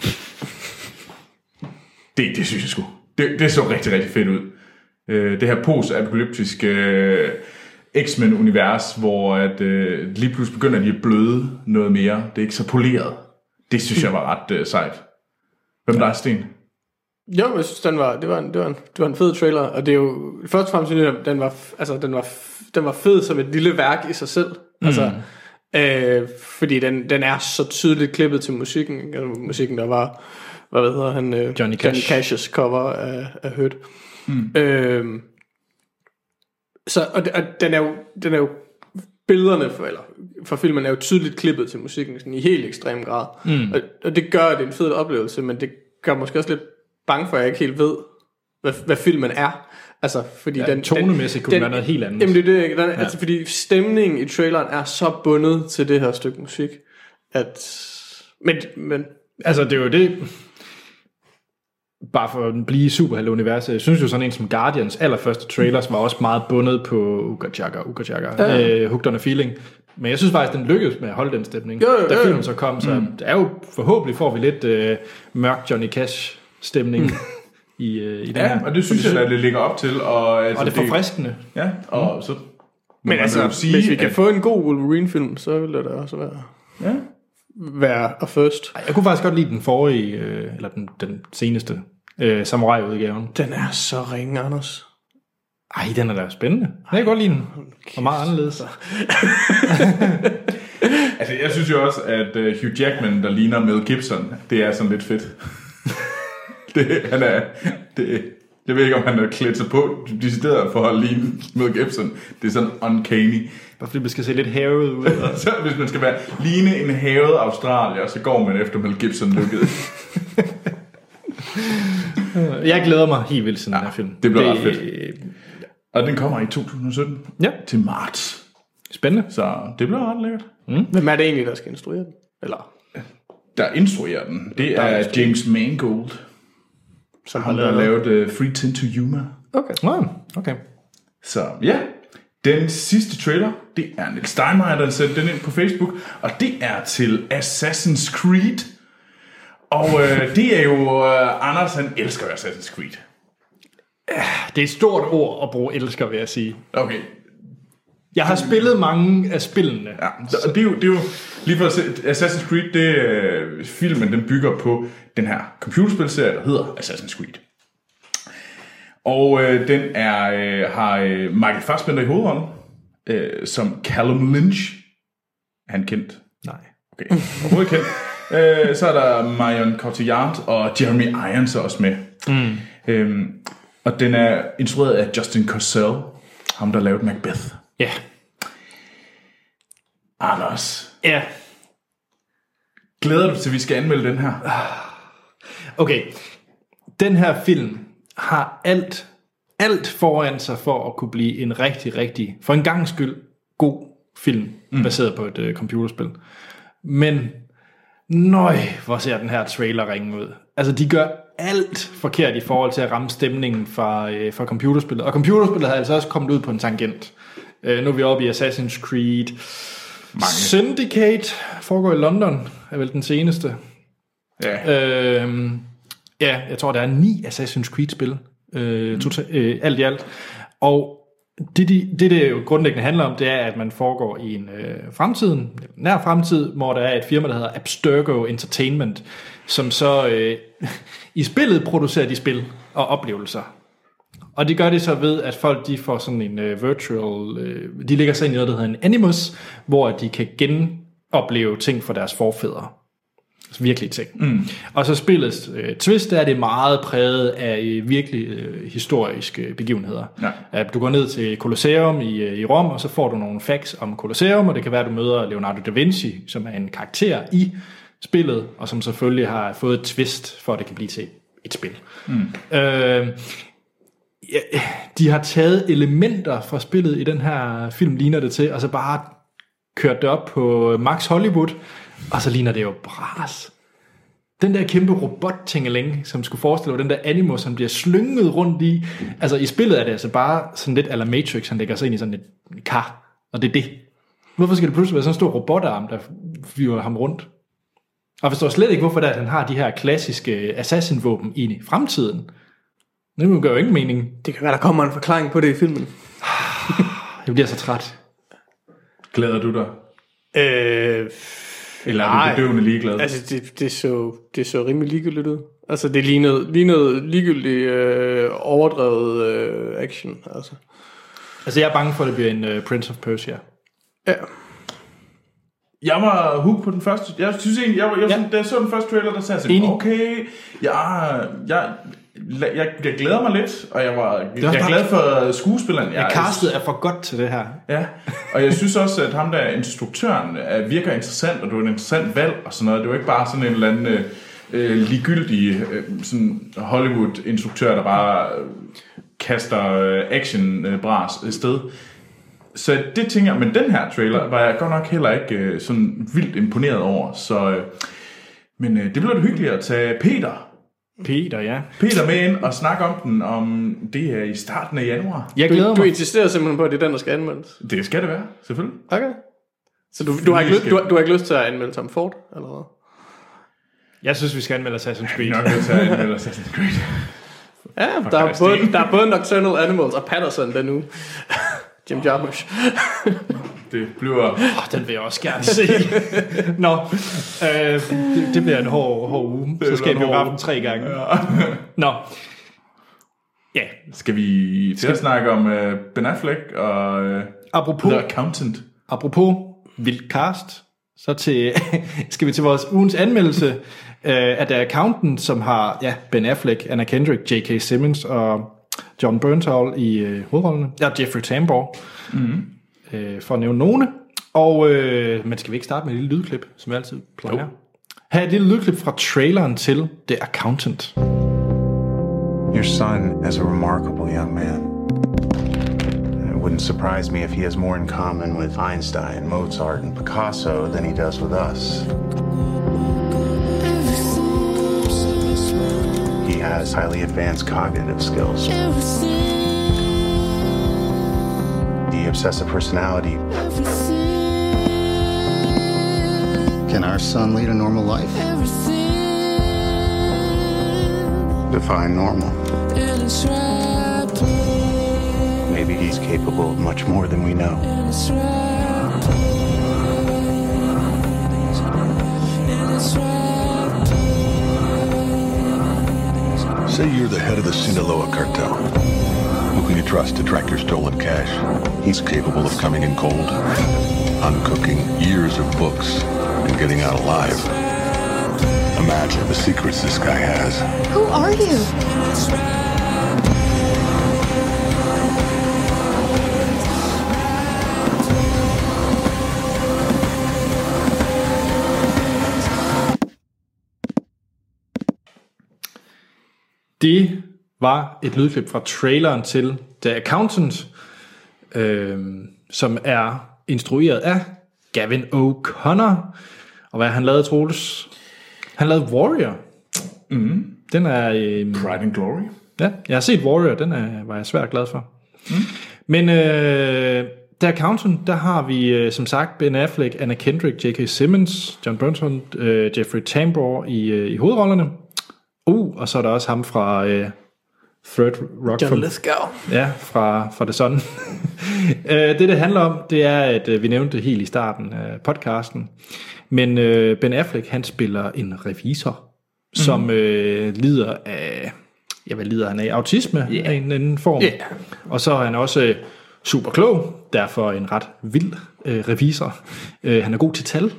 Det synes jeg sgu. Det så rigtig, rigtig fedt ud. Det her post-apokalyptiske X-Men-univers, hvor at, lige pludselig begynder de at bløde noget mere. Det er ikke så poleret. Det synes jeg var ret sejt. Hvem der er, Sten? Jo, jeg synes, det var en fed trailer, og det er jo først og fremmest, den var fed som et lille værk i sig selv. Altså, fordi den er så tydeligt klippet til musikken. Altså, musikken, der var, hvad hedder han? Johnny Cash's cover af Hurt. Og den er jo billederne for filmen er jo tydeligt klippet til musikken sådan i helt ekstrem grad. Og det gør, at det er en fed oplevelse, men det gør måske også lidt bange for, at jeg ikke helt ved, hvad filmen er. Altså, fordi den tonemæssigt kunne være noget helt andet. Jamen det er det. Altså, fordi stemningen i traileren er så bundet til det her stykke musik, at... Men altså, det er jo det... bare for at blive i superhelte-universet. Jeg synes jo sådan en som Guardians allerførste trailers var også meget bundet på Uga Chaka, Hooked on a Feeling. Men jeg synes faktisk, den lykkedes med at holde den stemning, da filmen så kom. Så det er jo forhåbentlig får vi lidt mørk Johnny Cash-stemning i den her. Og det synes jeg, at det ligger op til. Og det er forfriskende. Ja, og så... Men altså, sige, hvis vi kan få en god Wolverine-film, så vil det da også være a first. Jeg kunne faktisk godt lide den forrige, eller den seneste Samurai-udgaven. Den er så ringe, Anders. Ej, den er da spændende. Jeg kan godt lide den. Og meget anderledes. Altså, jeg synes jo også, at Hugh Jackman, der ligner Mel Gibson, det er sådan lidt fedt. Jeg ved ikke, om han er klædt sig på decideret for at ligne Mel Gibson. Det er sådan uncanny. Bare fordi man skal se lidt havet ud. Så hvis man skal ligne en havet australier, så går man efter Mel Gibson lykket. Jeg glæder mig helt vildt til den her film. Det bliver ret fedt. Og den kommer i 2017 til marts. Spændende. Så det bliver ret lækkert. Hvem er det egentlig, der skal instruere den? Eller? Der instruerer den. Det er James Mangold, som har lavet Free Tin to Yuma. Okay. Så ja, den sidste trailer, det er Niels Steinmeier, der sendte den ind på Facebook, og det er til Assassin's Creed. Og det er jo, Anders han elsker Assassin's Creed. Det er et stort ord at bruge elsker, vil jeg sige. Okay. Jeg har spillet mange af spillene. Ja, det er jo lige for at se, Assassin's Creed, filmen den bygger på den her computerspilserie, der hedder Assassin's Creed. Og den har Michael Fassbender i hovedrollen, som Callum Lynch. Er han kendt? Nej. Okay, overhovedet kendt. Så er der Marion Cotillard og Jeremy Irons også med. Og den er instrueret af Justin Kurzel, ham der lavede Macbeth. Ja. Anders. Ja. Glæder du til, at vi skal anmelde den her? Okay. Den her film har alt foran sig for at kunne blive en rigtig, for en gangs skyld, god film, baseret på et computerspil. Men, hvor ser den her trailer ringe ud? Altså, de gør alt forkert i forhold til at ramme stemningen fra computerspillet. Og computerspillet har altså også kommet ud på en tangent. Nu er vi oppe i Assassin's Creed. Syndicate foregår i London, er vel den seneste. Ja. Jeg tror, der er 9 Assassin's Creed-spil. Alt i alt. Og det jo grundlæggende handler om, det er, at man foregår i en nær fremtid, hvor der er et firma, der hedder Abstergo Entertainment, som så i spillet producerer de spil og oplevelser. Og det gør det så ved, at folk de får sådan en virtual... de ligger sig ind i noget, der hedder en Animus, hvor de kan genopleve ting fra deres forfædre. Altså virkelige ting. Og så spillets twist er det meget præget af virkelig historiske begivenheder. Ja. At du går ned til Colosseum i Rom, og så får du nogle facts om Colosseum, og det kan være, at du møder Leonardo da Vinci, som er en karakter i spillet, og som selvfølgelig har fået et twist, for at det kan blive til et spil. De har taget elementer fra spillet i den her film, ligner det til, og så bare kørt det op på Max Hollywood, og så ligner det jo bras. Den der kæmpe robot-tingeling, som skulle forestille den der Animus, som bliver slynget rundt i. Altså i spillet er det altså bare sådan lidt a la Matrix, han lægger sig ind i sådan et kar, og det er det. Hvorfor skal det pludselig være sådan en stor robotarm, der flyver ham rundt? Og jeg forstår slet ikke, hvorfor det er, at han har de her klassiske assassin-våben i fremtiden. Det gør jo ingen mening. Det kan være, der kommer en forklaring på det i filmen. Jeg bliver så træt. Glæder du dig? Eller er du bedøvende ligeglad? Altså, det så rimelig ligegyldigt ud. Altså, det lignede ligegyldigt overdrevet action. Altså, jeg er bange for, at det bliver en Prince of Persia. Ja. Jeg var hooked på den første. Jeg synes egentlig, da jeg så den første trailer, der sagde jeg, okay, jeg glæder mig lidt, og jeg er glad for skuespilleren. Castet er for godt til det her. Ja, og jeg synes også, at ham der instruktøren virker interessant, og det var et interessant valg og sådan noget. Det var ikke bare sådan en eller anden ligegyldig sådan Hollywood-instruktør, der bare kaster action-bras et sted. Så det tænker jeg, men den her trailer var jeg godt nok heller ikke sådan vildt imponeret over. Så, men det blev det hyggeligt at tage Peter Peter, ja. Peter med ind og snakke om den, om det er i starten af januar. Jeg glæder Du mig. insisterer simpelthen på, at det er den, der skal anmeldes? Det skal det være, selvfølgelig. Okay. Så du har ikke lyst til at anmelde Tom Ford, eller hvad? Jeg synes, vi skal anmelde Assassin's Creed. Nok nødt til at anmelde Assassin's Creed. Ja, der er både Nocturnal Animals og Patterson den uge. Jim Jarmusch. Det bliver... Den vil jeg også gerne se. Nå, det bliver en hård uge. Så skal vi jo ramme 3 gange. Ja. Nå. Ja. Skal vi til at snakke om Ben Affleck og The Accountant? Apropos vildt cast, så skal vi til vores ugens anmeldelse af The Accountant, som har Ben Affleck, Anna Kendrick, J.K. Simmons og John Bernthal i hovedrollene. Ja, Jeffrey Tambor, for at nævne nogle. Og men skal vi ikke starte med et lille lydklip, som vi altid plejer? Her er et lille lydklip fra traileren til The Accountant. Your son is a remarkable young man. It wouldn't surprise me if he has more in common with Einstein, Mozart, and Picasso than he does with us. He has highly advanced cognitive skills. The obsessive personality. Can our son lead a normal life? Define normal. Maybe he's capable of much more than we know. Say you're the head of the Sinaloa cartel. Who can you trust to track your stolen cash? He's capable of coming in cold, uncooking years of books, and getting out alive. Imagine the secrets this guy has. Who are you? Det var et lydklip fra traileren til The Accountant, som er instrueret af Gavin O'Connor. Og hvad han lavede, Troels? Han lavede Warrior. Den er... Pride and Glory. Ja, jeg har set Warrior, var jeg svært glad for. Men The Accountant, der har vi som sagt Ben Affleck, Anna Kendrick, J.K. Simmons, John Bernthal, Jeffrey Tambor i hovedrollerne. Og så er der også ham fra Third Rock. John Lithgow. Ja, fra The Sun. Det handler om, det er, at vi nævnte det helt i starten af podcasten, men Ben Affleck, han spiller en revisor, som lider af, hvad lider han af? Autisme af en anden form. Og så er han også super klog, derfor en ret vild revisor. Han er god til tal.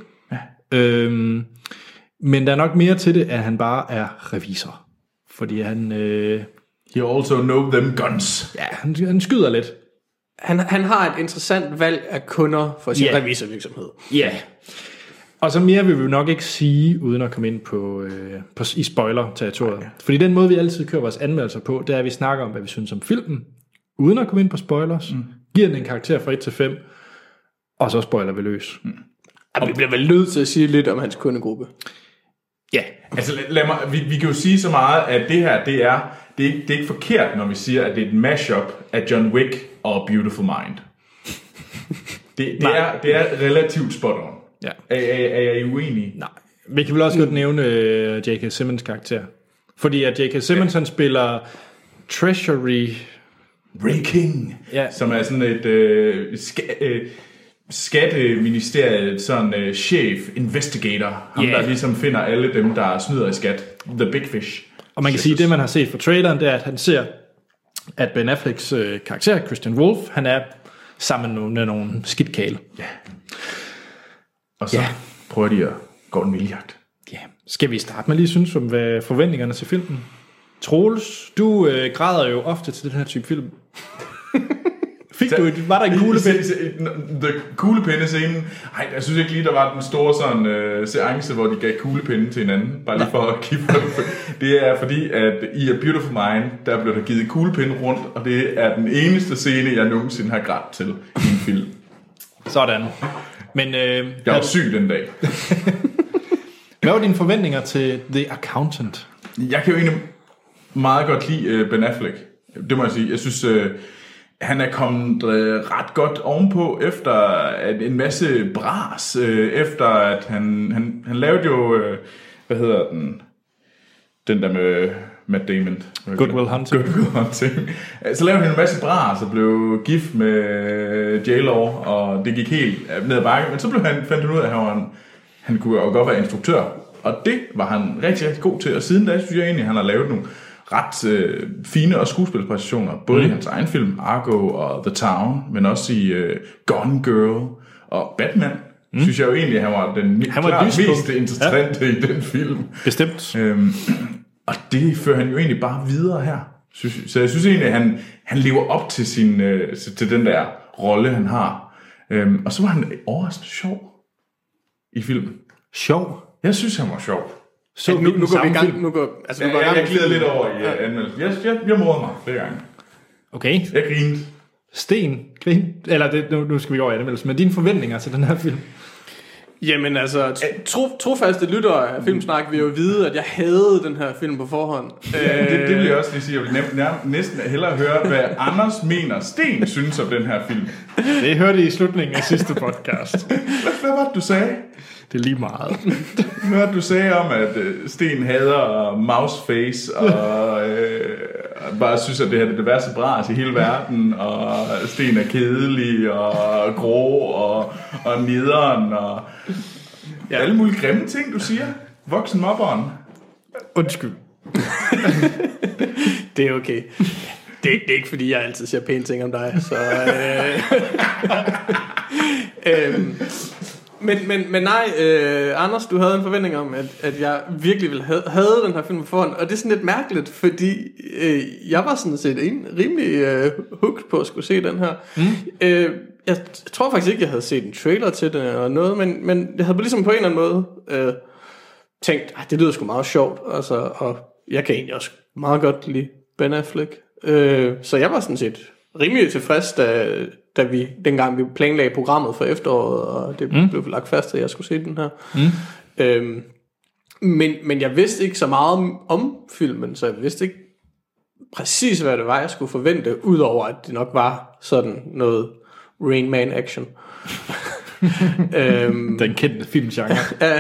Men der er nok mere til det, at han bare er revisor. Fordi han... You also know them guns. Ja, han skyder lidt. Han har et interessant valg af kunder for sin revisorvirksomhed. Ja. Og så mere vil vi nok ikke sige, uden at komme ind på i spoiler-territoriet. Okay. Fordi den måde, vi altid kører vores anmeldelser på, det er, at vi snakker om, hvad vi synes om filmen, uden at komme ind på spoilers. Giver den en karakter fra 1 til 5, og så spoiler vi løs. Og vi bliver vel nødt til at sige lidt om hans kundegruppe. Ja, altså lad mig, vi kan jo sige så meget, at det her, det er ikke forkert, når vi siger, at det er et mashup af John Wick og Beautiful Mind. Det er relativt spot on. Ja. Er jeg uenig? Nej. Vi kan vel også godt nævne J.K. Simmons karakter. Fordi at J.K. Simmons, han spiller Treasury... Ray King, som er sådan et... Skatteministeriet, sådan chef, investigator, ham der ligesom finder alle dem, der snyder i skat. The Big Fish. Og man kan sige, at det man har set fra traileren, det er, at han ser, at Ben Afflecks karakter, Christian Wolf, han er sammen med nogle skidtkale. Ja. Og så prøver de at gå en vildjagt. Ja. Skal vi starte med lige synes om, hvad forventningerne til filmen? Troels, du græder jo ofte til den her type film. Var der en kuglepen? The kuglepinde-scenen. Nej, jeg synes ikke lige, der var den store sådan seance, hvor de gav kuglepinde til hinanden. Bare lige for at kigge på det. Det er fordi, at i A Beautiful Mind, der blev der givet kuglepinde rundt, og det er den eneste scene, jeg nogensinde har grædt til i en film. Sådan. Men, jeg var syg den dag. Hvad var dine forventninger til The Accountant? Jeg kan jo egentlig meget godt lide Ben Affleck. Det må jeg sige. Jeg synes, han er kommet ret godt ovenpå efter at en masse bras. Efter at han lavede jo, hvad hedder den der med Matt Damon. Good Will Hunting. Så lavede han en masse bras og blev gift med J-Lo, og det gik helt ned ad bakke. Men så fandt han ud af, at han kunne jo godt være instruktør. Og det var han rigtig, rigtig god til. Og siden da synes jeg egentlig, at han har lavet nogle ret fine og skuespilspræstationer. Både i hans egen film, Argo og The Town, men også i Gone Girl og Batman. Synes jeg jo egentlig, at han var den mest interessante i den film. Bestemt. Og det fører han jo egentlig bare videre her. Så jeg synes egentlig, at han lever op til til den der rolle, han har. Og så var han overraskende sjov i filmen. Sjov? Jeg synes, han var sjov. Så nu går vi i gang. Jeg glider lidt over i anmeldelsen. Jeg morder mig flere gange. Okay. Jeg grinede. Sten, grin. Eller nu skal vi over i anmeldelsen. Men dine forventninger til den her film? Jamen altså, trofaste lyttere af Filmsnak vil jo vide, at jeg havde den her film på forhånd. Det vil jeg også lige sige. Jeg vil næsten hellere høre, hvad Anders mener Sten synes om den her film. Det hørte I i slutningen af sidste podcast. Hvad var det, du sagde? Det er lige meget. Nu hørte du sagde om, at Sten hader mouseface og bare synes, at det her er det værste bras i hele verden, og Sten er kedelig og grå og nederen og alle mulige grimme ting, du siger. Voksen mobberen. Undskyld. Det er okay. Det er ikke, fordi jeg altid siger pæne ting om dig, så... Men nej, Anders, du havde en forventning om, at jeg virkelig ville have den her film på forhånd, og det er sådan lidt mærkeligt, fordi jeg var sådan set rimelig hooked på at skulle se den her. Jeg tror faktisk ikke, jeg havde set en trailer til den eller noget, men jeg havde ligesom på en eller anden måde tænkt, det lyder sgu meget sjovt, altså, og jeg kan egentlig også meget godt lide Ben Affleck. Så jeg var sådan set rimelig tilfreds, dengang vi planlagde programmet for efteråret, og det blev lagt fast, at jeg skulle se den her. Men jeg vidste ikke så meget om filmen, så jeg vidste ikke præcis, hvad det var, jeg skulle forvente, udover at det nok var sådan noget Rain Man action. Den kendte filmgenre.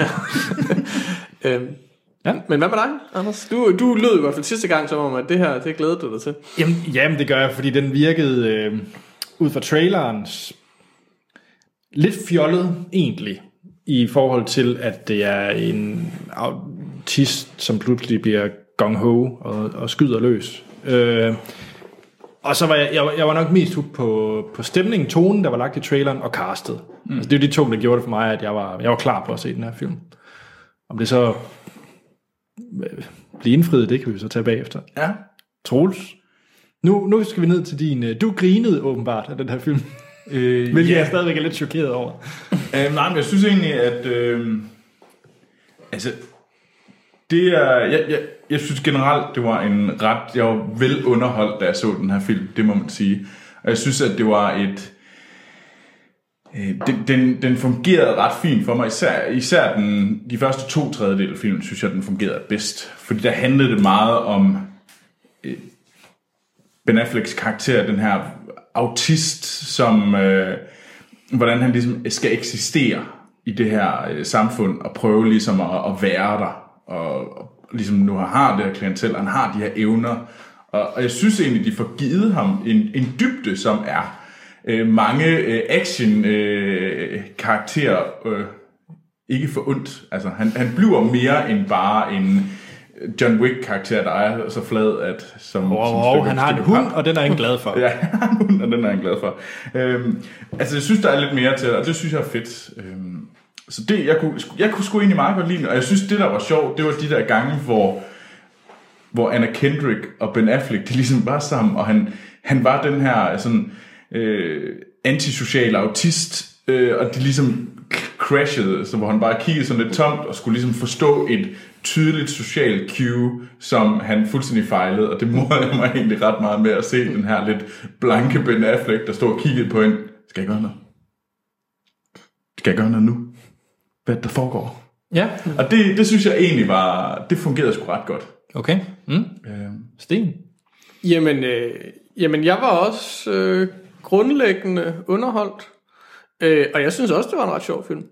Ja. Men hvad med dig, Anders? Du lød i hvert fald sidste gang som om, at det her, det glæder du dig til. Jamen det gør jeg, fordi den virkede ud fra traileren lidt fjollet egentlig, i forhold til, at det er en autist, som pludselig bliver gung-ho og skyder løs. Og så var jeg var nok mest hooked på stemningen, tonen, der var lagt i traileren, og castet. Altså, det er jo de to, der gjorde det for mig, at jeg var klar på at se den her film. Om det så bliver indfriet, det kan vi så tage bagefter. Ja. Troels, nu skal vi ned til din... Du grinede åbenbart af den her film. Hvilket jeg stadigvæk er lidt chokeret over. Nej, men jeg synes egentlig, at... det er... Jeg synes generelt, det var en ret... Jeg var vel underholdt, da jeg så den her film. Det må man sige. Og jeg synes, at det var et... Den fungerede ret fint for mig. Især de første 2/3 af filmen, synes jeg, den fungerede bedst. Fordi der handlede det meget om Ben Afflecks karakter, den her autist, som hvordan han ligesom skal eksistere i det her samfund og prøve ligesom at være der, og ligesom nu har det her klientel, han har de her evner, og jeg synes egentlig, de får givet ham en dybde, som er mange action karakterer ikke for ondt. Altså han bliver mere end bare en John Wick-karakter, der er så flad, at som han har en hund, og den er han glad for. Ja, han har en hund, og den er han glad for. Altså, jeg synes, der er lidt mere til det, og det synes jeg er fedt. Så det, jeg kunne sgu egentlig meget godt lide det, og jeg synes, det, der var sjovt, det var de der gange, hvor Anna Kendrick og Ben Affleck, de ligesom var sammen, og han var den her sådan antisocial autist, og de ligesom crashede, så hvor han bare kiggede sådan lidt tomt, og skulle ligesom forstå et tydeligt socialt cue, som han fuldstændig fejlede, og det morede jeg mig egentlig ret meget med at se den her lidt blanke Ben Affleck, der stod og kiggede på en, skal jeg gøre noget? Skal jeg gøre noget nu? Hvad der foregår? Ja. Og det synes jeg egentlig det fungerede sgu ret godt. Okay. Sten? Jamen, jeg var også grundlæggende underholdt. Og jeg synes også, det var en ret sjov film.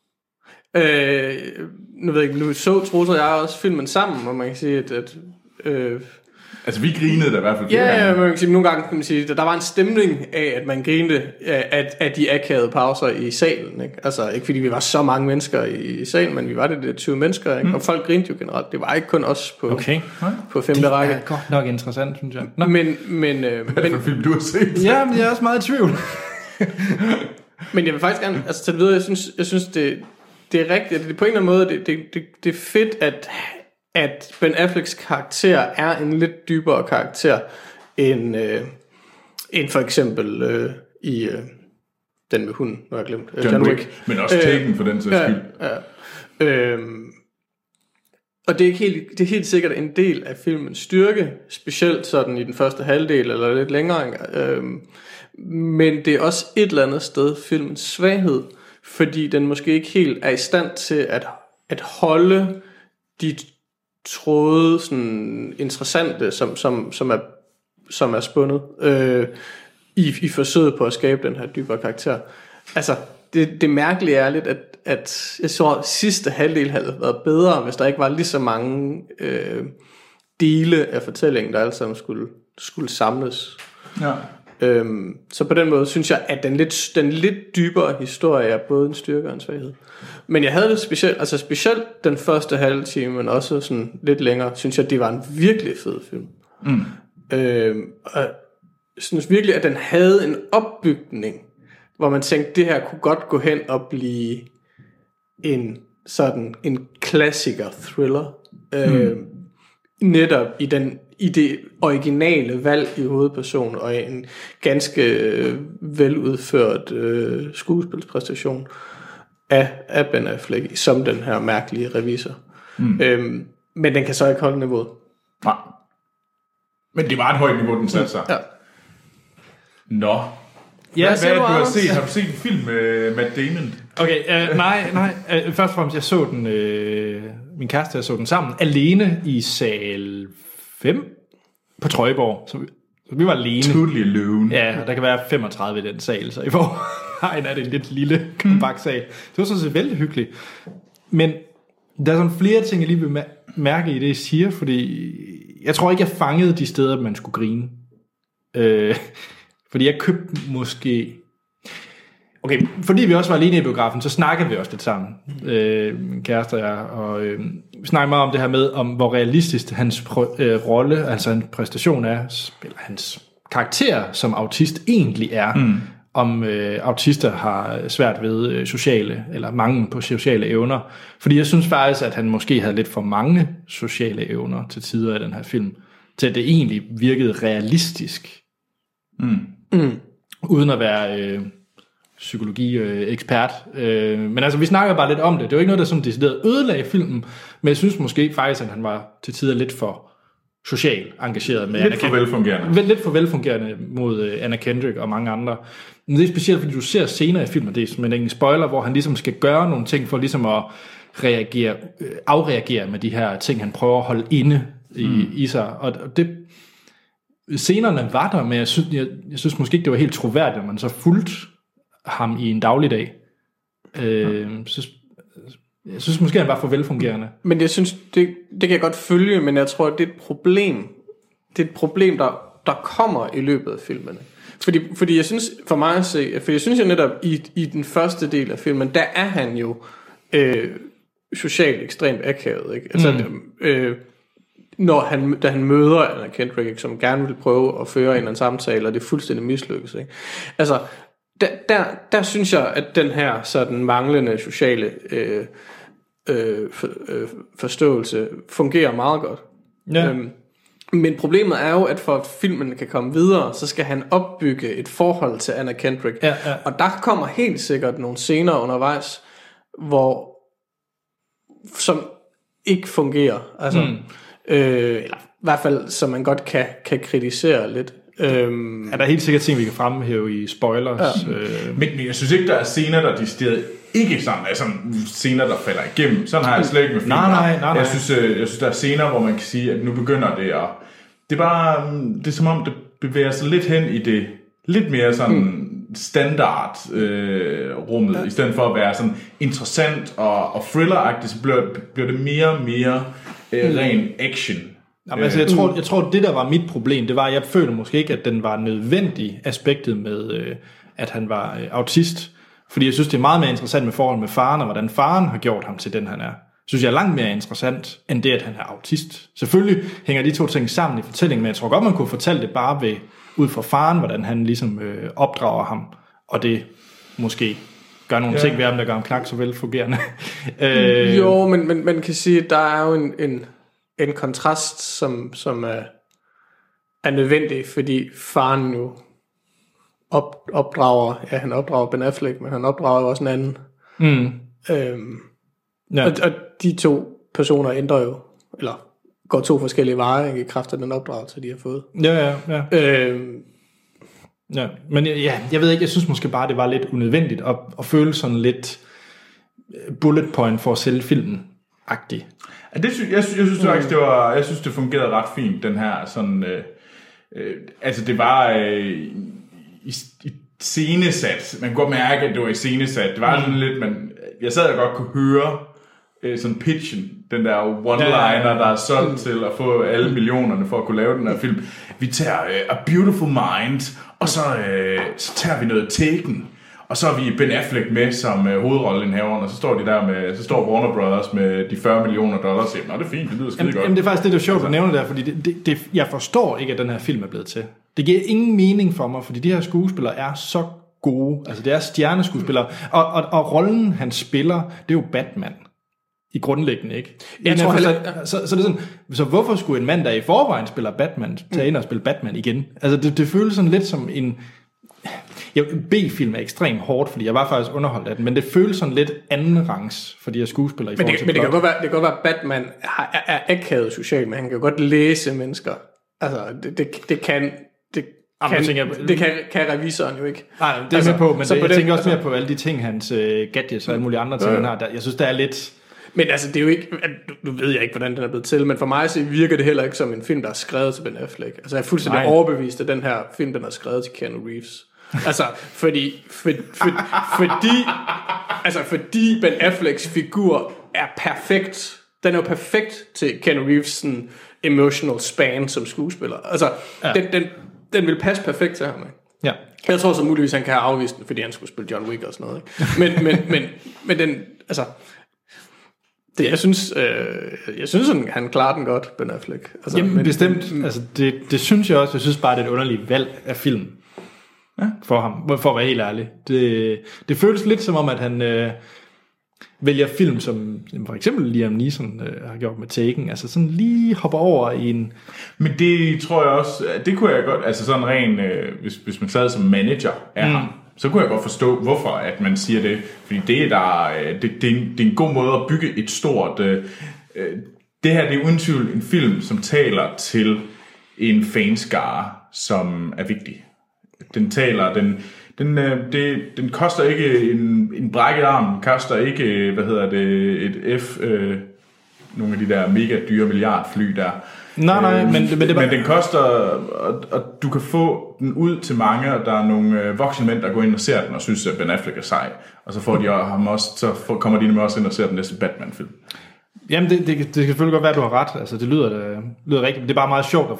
Nu ved jeg ikke, nu så Troels og jeg også filmen sammen, og man kan sige, at altså, vi grinede da i hvert fald. Ja, man kan sige, nogle gange kan man sige, at der var en stemning af, at man grinede af de akavede pauser i salen. Ikke? Altså, ikke fordi vi var så mange mennesker i salen, men vi var det 20 mennesker, ikke? Og folk grinede jo generelt. Det var ikke kun os på femte række. Det er godt nok interessant, synes jeg. Men hvad er det for film, du har set? Ja, men jeg er også meget i tvivl. Men jeg vil faktisk gerne tage det videre. Jeg synes det er rigtigt. Det er på en eller anden måde, det er fedt, at Ben Afflecks karakter er en lidt dybere karakter end for eksempel i den med hunden, når jeg glemt. John Wick. Men også Taken for den sags skyld. Ja. Og det er helt sikkert en del af filmens styrke, specielt sådan i den første halvdel eller lidt længere. Men det er også et eller andet sted filmens svaghed, fordi den måske ikke helt er i stand til at holde de tråde sådan interessante, som er spundet i forsøget på at skabe den her dybere karakter. Altså, det mærkelige er lidt, at jeg tror, at sidste halvdel havde været bedre, hvis der ikke var lige så mange dele af fortællingen, der alle sammen skulle samles. Ja. Så på den måde synes jeg, at den lidt dybere historie er både en styrke og en svaghed. Men jeg havde det specielt den første halve time, men også sådan lidt længere, synes jeg, det var en virkelig fed film. Og jeg synes virkelig, at den havde en opbygning, hvor man tænkte, det her kunne godt gå hen og blive en klassiker thriller. Netop i det originale valg i hovedpersonen og en ganske veludført skuespilspræstation af Ben Affleck som den her mærkelige revisor. Men den kan så ikke holde niveauet. Nej. Men det var et højt niveau, den satte sig. Ja. Nå. Ja, hvad er det, du har set? Har du set en film med Matt Damon? Okay, nej. Først og fremmest, jeg så den, min kæreste, jeg så den sammen, alene i sal 5 på Trøjborg. Så vi var alene. Totally alone. Ja, der kan være 35 i den sal, så i forvejen er det en lidt lille, kompakt sal. Det var sådan set vældig hyggeligt. Men der er sådan flere ting, jeg lige vil mærke i det, jeg siger, fordi jeg tror ikke, jeg fangede de steder, man skulle grine. Fordi jeg købte måske... Okay, fordi vi også var alene i biografen, så snakkede vi også lidt sammen, min kæreste og jeg, og vi snakkede meget om det her med, om hvor realistisk hans rolle, altså en præstation er, eller hans karakter som autist egentlig er, om autister har svært ved sociale, eller mangel på sociale evner. Fordi jeg synes faktisk, at han måske havde lidt for mange sociale evner til tider i den her film, til at det egentlig virkede realistisk. Uden at være psykologi-ekspert. Men altså, vi snakker bare lidt om det. Det er jo ikke noget, der sådan decideret ødelagde filmen, men jeg synes måske faktisk, at han var til tider lidt for socialt engageret med lidt for velfungerende. Lidt for velfungerende mod Anna Kendrick og mange andre. Men det er specielt, fordi du ser senere i filmen, det er som en spoiler, hvor han ligesom skal gøre nogle ting for ligesom at afreagere med de her ting, han prøver at holde inde i sig. Og det scenerne var der, men jeg synes måske ikke, det var helt troværdigt, at man så fulgte ham i en dagligdag. Jeg synes måske, han var for velfungerende. Men jeg synes, det kan jeg godt følge, men jeg tror, det er et problem. Det er et problem, der kommer i løbet af filmene. Fordi jeg synes, for mig at se, for jeg synes jo netop, i den første del af filmen, der er han jo socialt ekstremt akavet, ikke? Altså, da han møder Anna Kendrick, som gerne vil prøve at føre en eller anden samtale, og det er fuldstændig mislykkes, ikke? Altså, der synes jeg, at den her sådan manglende sociale forståelse fungerer meget godt. Ja. Men problemet er jo, at for at filmen kan komme videre, så skal han opbygge et forhold til Anna Kendrick. Ja. Og der kommer helt sikkert nogle scener undervejs, som ikke fungerer. Altså, eller i hvert fald, som man godt kan kritisere lidt. Er der helt sikkert ting, vi kan fremhæve i spoilers? Ja. Men jeg synes ikke, der er scener, der decideret ikke sådan scener, der falder igennem. Sådan har jeg slet ikke med film. Nej. Jeg synes, der er scener, hvor man kan sige, at nu begynder det at... Det er bare... Det er som om, det bevæger sig lidt hen i det lidt mere sådan standard rummet, i stedet for at være sådan interessant og thrilleragtigt, så bliver det mere og mere ren action. Jamen, altså, jeg tror, det der var mit problem, det var, at jeg føler måske ikke, at den var nødvendig aspektet med, at han var autist. Fordi jeg synes, det er meget mere interessant med forhold med faren, og hvordan faren har gjort ham til den, han er. Synes jeg er langt mere interessant, end det, at han er autist. Selvfølgelig hænger de to ting sammen i fortællingen, men jeg tror godt, man kunne fortælle det bare ved, ud fra faren, hvordan han ligesom opdrager ham, og det måske gør nogle ting ved ham, der gør ham knap så velfungerende. Jo, men man kan sige, at der er jo en kontrast, som er nødvendig, fordi faren jo han opdrager Ben Affleck, men han opdrager jo også en anden. Og de to personer ændrer jo, eller går to forskellige veje i kraft af den opdragelse, de har fået. Ja. Ja, men jeg ved ikke, jeg synes måske bare, det var lidt unødvendigt at føle sådan lidt bullet point for at sælge filmen-agtigt. Ja, jeg synes faktisk, jeg synes, det fungerede ret fint, den her sådan... altså, det var i scenesat. Man kunne godt mærke, at det var i scenesat. Det var sådan lidt, men jeg sad og godt kunne høre sådan pitchen, den der one-liner, der er solgt til at få alle millionerne for at kunne lave den her film. Vi tager A Beautiful Mind, og så tager vi noget Taken, og så har vi Ben Affleck med som hovedrolleindhaveren, og så står de der med, så står Warner Brothers med de $40 million, og siger, nå, det er fint, det lyder skide godt. Jamen, det er faktisk det, der er sjovt at nævne der, fordi jeg forstår ikke, at den her film er blevet til. Det giver ingen mening for mig, fordi de her skuespillere er så gode, altså det er stjerneskuespillere, og rollen, han spiller, det er jo Batman. I grundlæggende, ikke? Jeg tror så det er sådan, så hvorfor skulle en mand, der i forvejen spiller Batman, tage ind og spille Batman igen? Altså det føles sådan lidt som en... B-film er ekstremt hårdt, fordi jeg var faktisk underholdt af den, men det føles sådan lidt andenrangs for de her skuespillere i forhold til men det kan godt være, at Batman er akavet social, men han kan jo godt læse mennesker. Altså, det kan revisoren jo ikke. Nej, det er altså, med på, men jeg tænker også mere på alle de ting, hans gadgets og alle mulige andre ting, han har. Jeg synes, der er lidt... Men altså, det er jo ikke... Nu ved jeg ikke, hvordan den er blevet til, men for mig så virker det heller ikke som en film, der er skrevet til Ben Affleck. Altså, jeg er fuldstændig overbevist, at den her film, den er skrevet til Keanu Reeves. Altså, fordi Ben Afflecks figur er perfekt. Den er jo perfekt til Keanu Reeves' emotional span som skuespiller. Altså, den vil passe perfekt til ham, ikke? Ja. Jeg tror så muligvis, han kan have afvist den, fordi han skulle spille John Wick og sådan noget, ikke? Men den, altså... Jeg synes, han klarer den godt, Ben Affleck. Altså, jamen, bestemt. Altså, det synes jeg også. Jeg synes bare, det er et underligt valg af film for ham, for at være helt ærlig. Det føles lidt som om, at han vælger film, som for eksempel Liam Neeson har gjort med Taken. Altså sådan lige hopper over i en... Men det tror jeg også, det kunne jeg godt, altså sådan ren, hvis man sad som manager af ham, så kunne jeg godt forstå, hvorfor at man siger det. Fordi det er en god måde at bygge et stort... det her, det er uden tvivl en film, som taler til en fanskare, som er vigtig. Den taler... Den koster ikke en brækket arm, den koster ikke, et F... nogle af de der mega dyre milliardfly der. Nej, men den koster, og du kan få den ud til mange, og der er nogle voksne mænd, der går ind og ser den, og synes, at Ben Affleck er sej. Og så får de ham også, kommer de nemlig også ind og ser den næste Batman-film. Jamen, det kan selvfølgelig godt være, at du har ret. Altså, det lyder rigtigt, men det er bare meget sjovt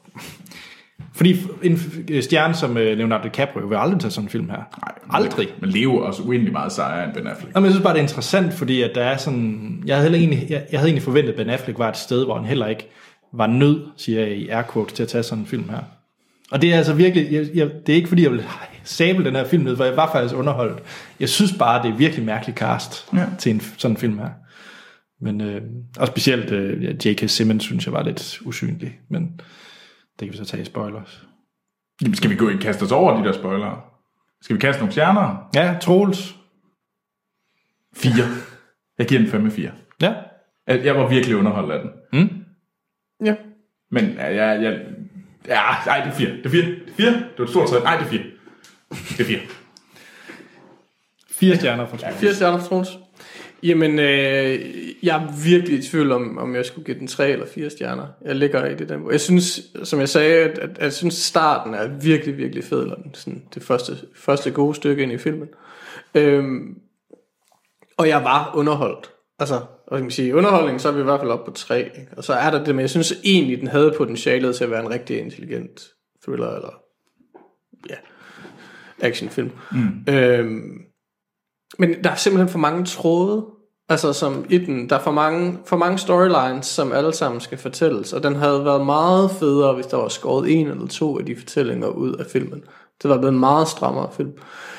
fordi en stjerne som Leonardo DiCaprio vil aldrig tage sådan en film her. Nej, aldrig. Men Leo er også uendelig meget sejere end Ben Affleck. Jamen, jeg synes bare, det er interessant, fordi at der er sådan... Jeg havde egentlig forventet, at Ben Affleck var et sted, hvor han heller ikke var nød, siger jeg i air quotes, til at tage sådan en film her. Og det er altså virkelig... det er ikke, fordi jeg vil sable den her film ned, for jeg var faktisk underholdt. Jeg synes bare, det er virkelig mærkelig cast til sådan en film her. Men, og specielt J.K. Simmons, synes jeg var lidt usynlig, men... Det kan vi så tage i spoilers. Jamen, skal vi gå og kaste os over de der spoilere? Skal vi kaste nogle stjerner? Ja, Troels. 4. Jeg giver den 5 med 4. Ja. Jeg var virkelig underholdt af den. Ja. Men nej, det er 4. Det er 4. Det var et stort træt. Nej, det er 4. Det er 4. 4 stjerner fra Troels. 4 stjerner fra Troels. Jamen, jeg er virkelig i tvivl om jeg skulle give den 3 eller 4 stjerner. Jeg ligger i det der. Jeg synes, som jeg sagde, at jeg synes starten er virkelig, virkelig fed, eller sådan det første gode stykke ind i filmen. Og jeg var underholdt. Altså, og kan man sige, underholdning, så er vi i hvert fald oppe på 3. Ikke? Og så er der det, men jeg synes egentlig, den havde potentialet til at være en rigtig intelligent thriller, eller actionfilm. Men der er simpelthen for mange tråde. Altså som i den, der er for mange storylines, som alle sammen skal fortælles. Og den havde været meget federe, hvis der var skåret 1 eller 2 af de fortællinger ud af filmen. Det var blevet en meget strammere film.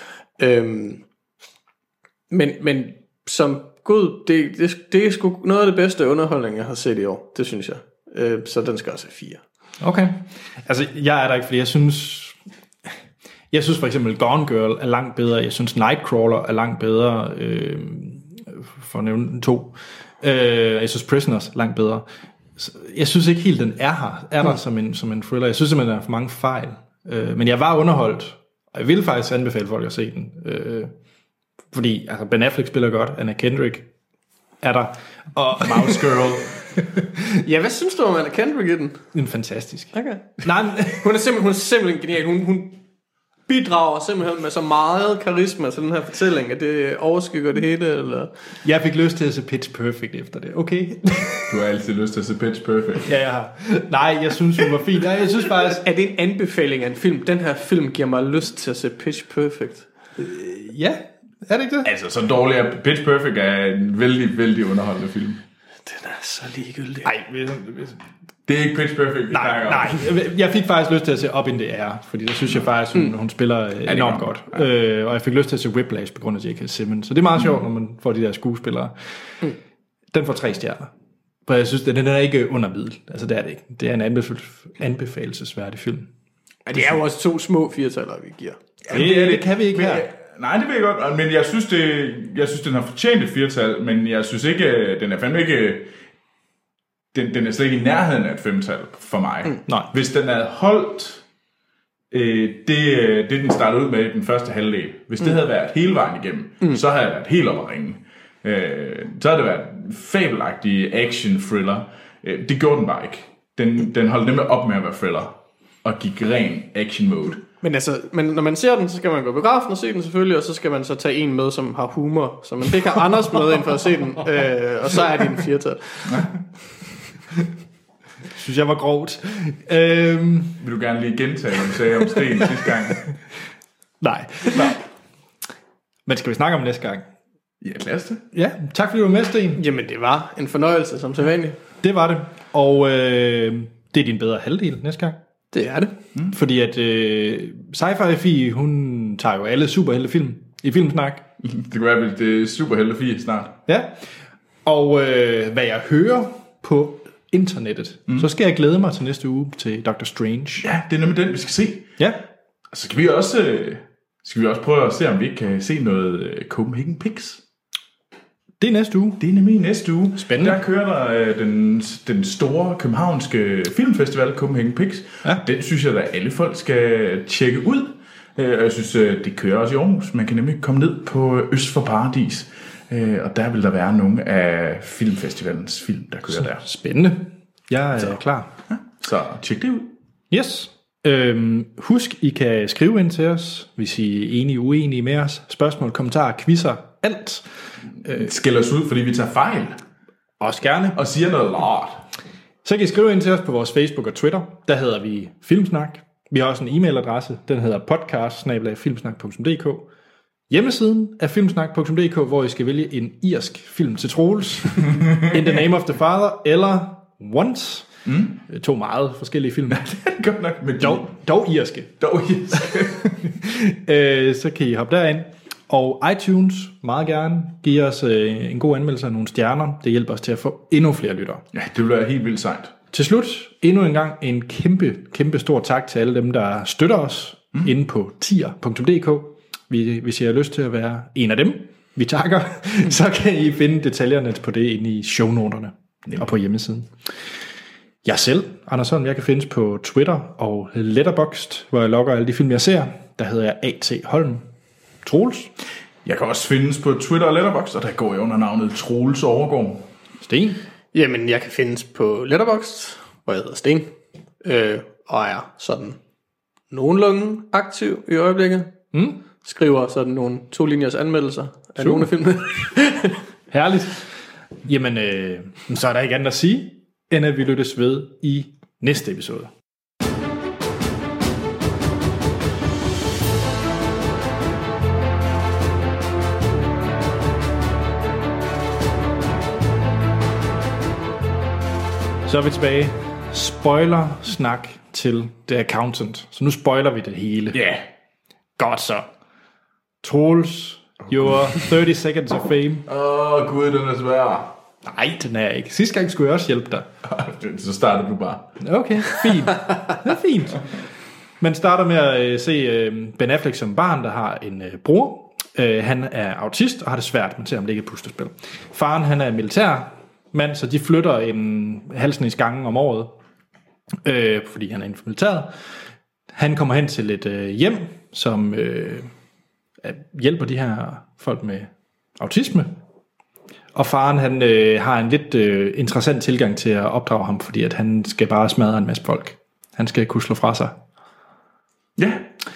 Men som gud, det er sgu noget af det bedste underholdning, jeg har set i år. Det synes jeg. Så den skal også have 4. Okay. Altså, jeg er der ikke, fordi jeg synes for eksempel Gone Girl er langt bedre. Jeg synes Nightcrawler er langt bedre. For at nævne 2. Jeg synes Prisoners langt bedre. Jeg synes ikke helt, den er der som en thriller. Jeg synes simpelthen, der er for mange fejl. Men jeg var underholdt, og jeg vil faktisk anbefale folk at se den. Fordi altså, Ben Affleck spiller godt, Anna Kendrick er der, og Mouse Girl. Ja, hvad synes du om Anna Kendrick i den? Den er fantastisk. Okay. Nej, hun er simpelthen genial. Hun bidrager simpelthen med så meget karisma til den her fortælling, at det overskygger det hele, eller? Jeg fik lyst til at se Pitch Perfect efter det, okay? Du har altid lyst til at se Pitch Perfect. Ja, jeg har. Nej, jeg synes, hun var fin. Nej, jeg synes faktisk... Er det en anbefaling af en film? Den her film giver mig lyst til at se Pitch Perfect. Ja, er det ikke det? Altså, så dårlig er Pitch Perfect er en vældig, vældig underholdende film. Den er så ligegyldig. Nej, det er ikke Pitch Perfect, nej. Jeg fik faktisk lyst til at se Up in the Air, fordi der synes jeg faktisk, hun spiller enormt godt. Ja. Og jeg fik lyst til at se Whiplash på grund af J.K. Simmons. Så det er meget sjovt, når man får de der skuespillere. Den får 3 stjerner. For jeg synes, den er ikke under middel. Altså, det er det ikke. Det er en anbefalelsesværdig film. Men det er jo også 2 små 4-taller, vi giver. Ja, det kan vi ikke her. Nej, det ved jeg godt, men jeg synes, den har fortjent et 4-tal, men jeg synes ikke, den er fandme ikke... Den er slet ikke i nærheden af et 5-tal for mig. Nej. Hvis den havde holdt det den startede ud med i den første halvdel, hvis det havde været hele vejen igennem, så havde jeg været helt op at ringe. Så havde det været en fabelagtig action-thriller. Det gjorde den bare ikke. Den holdt nemlig op med at være thriller, og gik ren action-mode. Men når man ser den, så skal man gå på biografen og se den selvfølgelig, og så skal man så tage en med, som har humor. Så man fik Anders med ind for at se den, og så er det en 4-tal. Synes jeg var grovt. Vil du gerne lige gentage, hvad du sagde om Sten sidste gang? Nej. Men skal vi snakke om næste gang? Ja, lad os det. Ja, tak fordi du var med, Sten. Jamen, det var en fornøjelse, som sædvanligt. Det var det. Og det er din bedre halvdel næste gang. Det er det. Fordi at Sci-Fi, hun tager jo alle superheltefilm i Filmsnak. Det kan være, at det er superhelte snart. Ja. Og hvad jeg hører på internettet, så skal jeg glæde mig til næste uge til Doctor Strange. Ja, det er nemlig den, vi skal se. Ja. Og så skal vi også prøve at se, om vi ikke kan se noget Copenhagen Pix. Det er næste uge. Det er nemlig næste uge. Spændende. Der kører der den store københavnske filmfestival, Copenhagen Pix. Ja. Den synes jeg, at alle folk skal tjekke ud. Og jeg synes, det kører også i Aarhus. Man kan nemlig komme ned på Øst for Paradis. Og der vil der være nogle af filmfestivalens film, der kører der. Spændende. Jeg er klar. Ja. Så tjek det ud. Yes. Husk, I kan skrive ind til os, hvis I er enige, uenige med os. Spørgsmål, kommentarer, quizzer, alt. Skæld os ud, fordi vi tager fejl. Også gerne. Og siger noget lort. Så kan I skrive ind til os på vores Facebook og Twitter. Der hedder vi Filmsnak. Vi har også en e-mailadresse. Den hedder podcast@filmsnak.dk. Hjemmesiden er filmsnak.dk, hvor I skal vælge en irsk film til Troels. In the Name of the Father eller Once. 2 meget forskellige film. Godt nok. Men dog irske. Så kan I hoppe derind. Og iTunes, meget gerne, giv os en god anmeldelse af nogle stjerner. Det hjælper os til at få endnu flere lyttere. Ja, det vil være helt vildt sejt. Til slut, endnu en gang en kæmpe stor tak til alle dem, der støtter os inde på tier.dk. Hvis I har lyst til at være en af dem, vi takker, så kan I finde detaljerne på det inde i shownoterne og på hjemmesiden. Jeg selv, Anders Holm, jeg kan findes på Twitter og Letterboxd, hvor jeg logger alle de film, jeg ser. Der hedder jeg A.T. Holm. Troels? Jeg kan også findes på Twitter og Letterboxd, og der går jeg under navnet Troels Overgaard. Sten? Jamen, jeg kan findes på Letterboxd, hvor jeg hedder Sten, og er sådan nogenlunde aktiv i øjeblikket. Skriver sådan nogle 2-linjers anmeldelser af nogle af filmene. Herligt. Jamen, så er der ikke andet at sige, end at vi lyttes ved i næste episode. Så er vi tilbage. Spoiler-snak til The Accountant. Så nu spoiler vi det hele. Ja. Yeah. Godt så. Troels, your 30 seconds of fame. Gud, den er svær. Nej, den er ikke. Sidste gang skulle jeg også hjælpe dig. Så starter du bare. Okay, fint. Det er fint. Man starter med at se Ben Affleck som barn, der har en bror. Han er autist og har det svært. Man ser ham ligge et puslespil. Faren, han er militærmand, så de flytter en halvsnes gange om året. Fordi han er inden for militæret. Han kommer hen til et hjem, som hjælper de her folk med autisme. Og faren, han har en lidt interessant tilgang til at opdrage ham, fordi at han skal bare smadre en masse folk. Han skal kunne slå fra sig. Ja.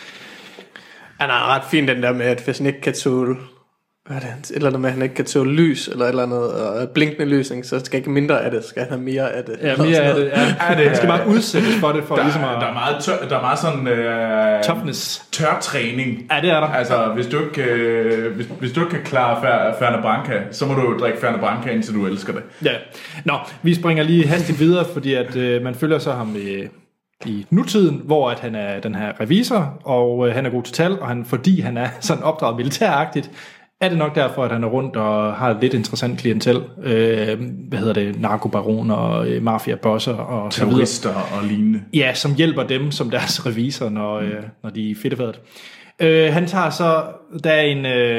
Han er ret fint den der med, at hvis han ikke kan tåle, hvad er det, et eller andet med, at han ikke kan tåle lys, eller et eller andet, og blinkende lysning, så skal ikke mindre af det, skal han have mere af det. Ja, mere af det. Ja. Han skal bare udsættes for det, for ligesom at... Der er meget sådan... toughness. Tørtræning. Ja, det er der. Altså, hvis du ikke kan klare Fernet Branca, så må du drikke Fernet Branca, indtil du elsker det. Ja. Nå, vi springer lige hastigt videre, fordi at man følger så ham i nutiden, hvor at han er den her revisor, og han er god til tal, og fordi han er sådan opdraget militæragtigt, er det nok derfor, at han er rundt og har et lidt interessant klientel. Narkobaroner og mafiabosser og terrorister og lignende. Ja, som hjælper dem som deres revisor, når de er fedtefadet. Han tager så, der er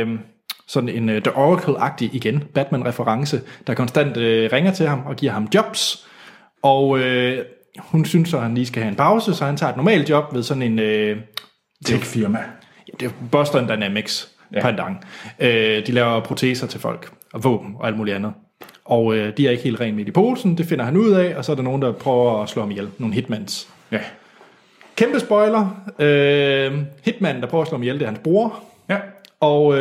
en The Oracle-agtig igen, Batman-reference, der konstant ringer til ham og giver ham jobs. Og hun synes, at han lige skal have en pause, så han tager et normalt job ved sådan en... tech-firma. Ja, det er Boston Dynamics. Pandang. De laver proteser til folk, og våben og alt muligt andet. Og de er ikke helt rent midt i posen, det finder han ud af, og så er der nogen, der prøver at slå ham ihjel. Nogle hitmans. Ja. Kæmpe spoiler. Hitman, der prøver at slå ham ihjel, det er hans bror. Ja. Og...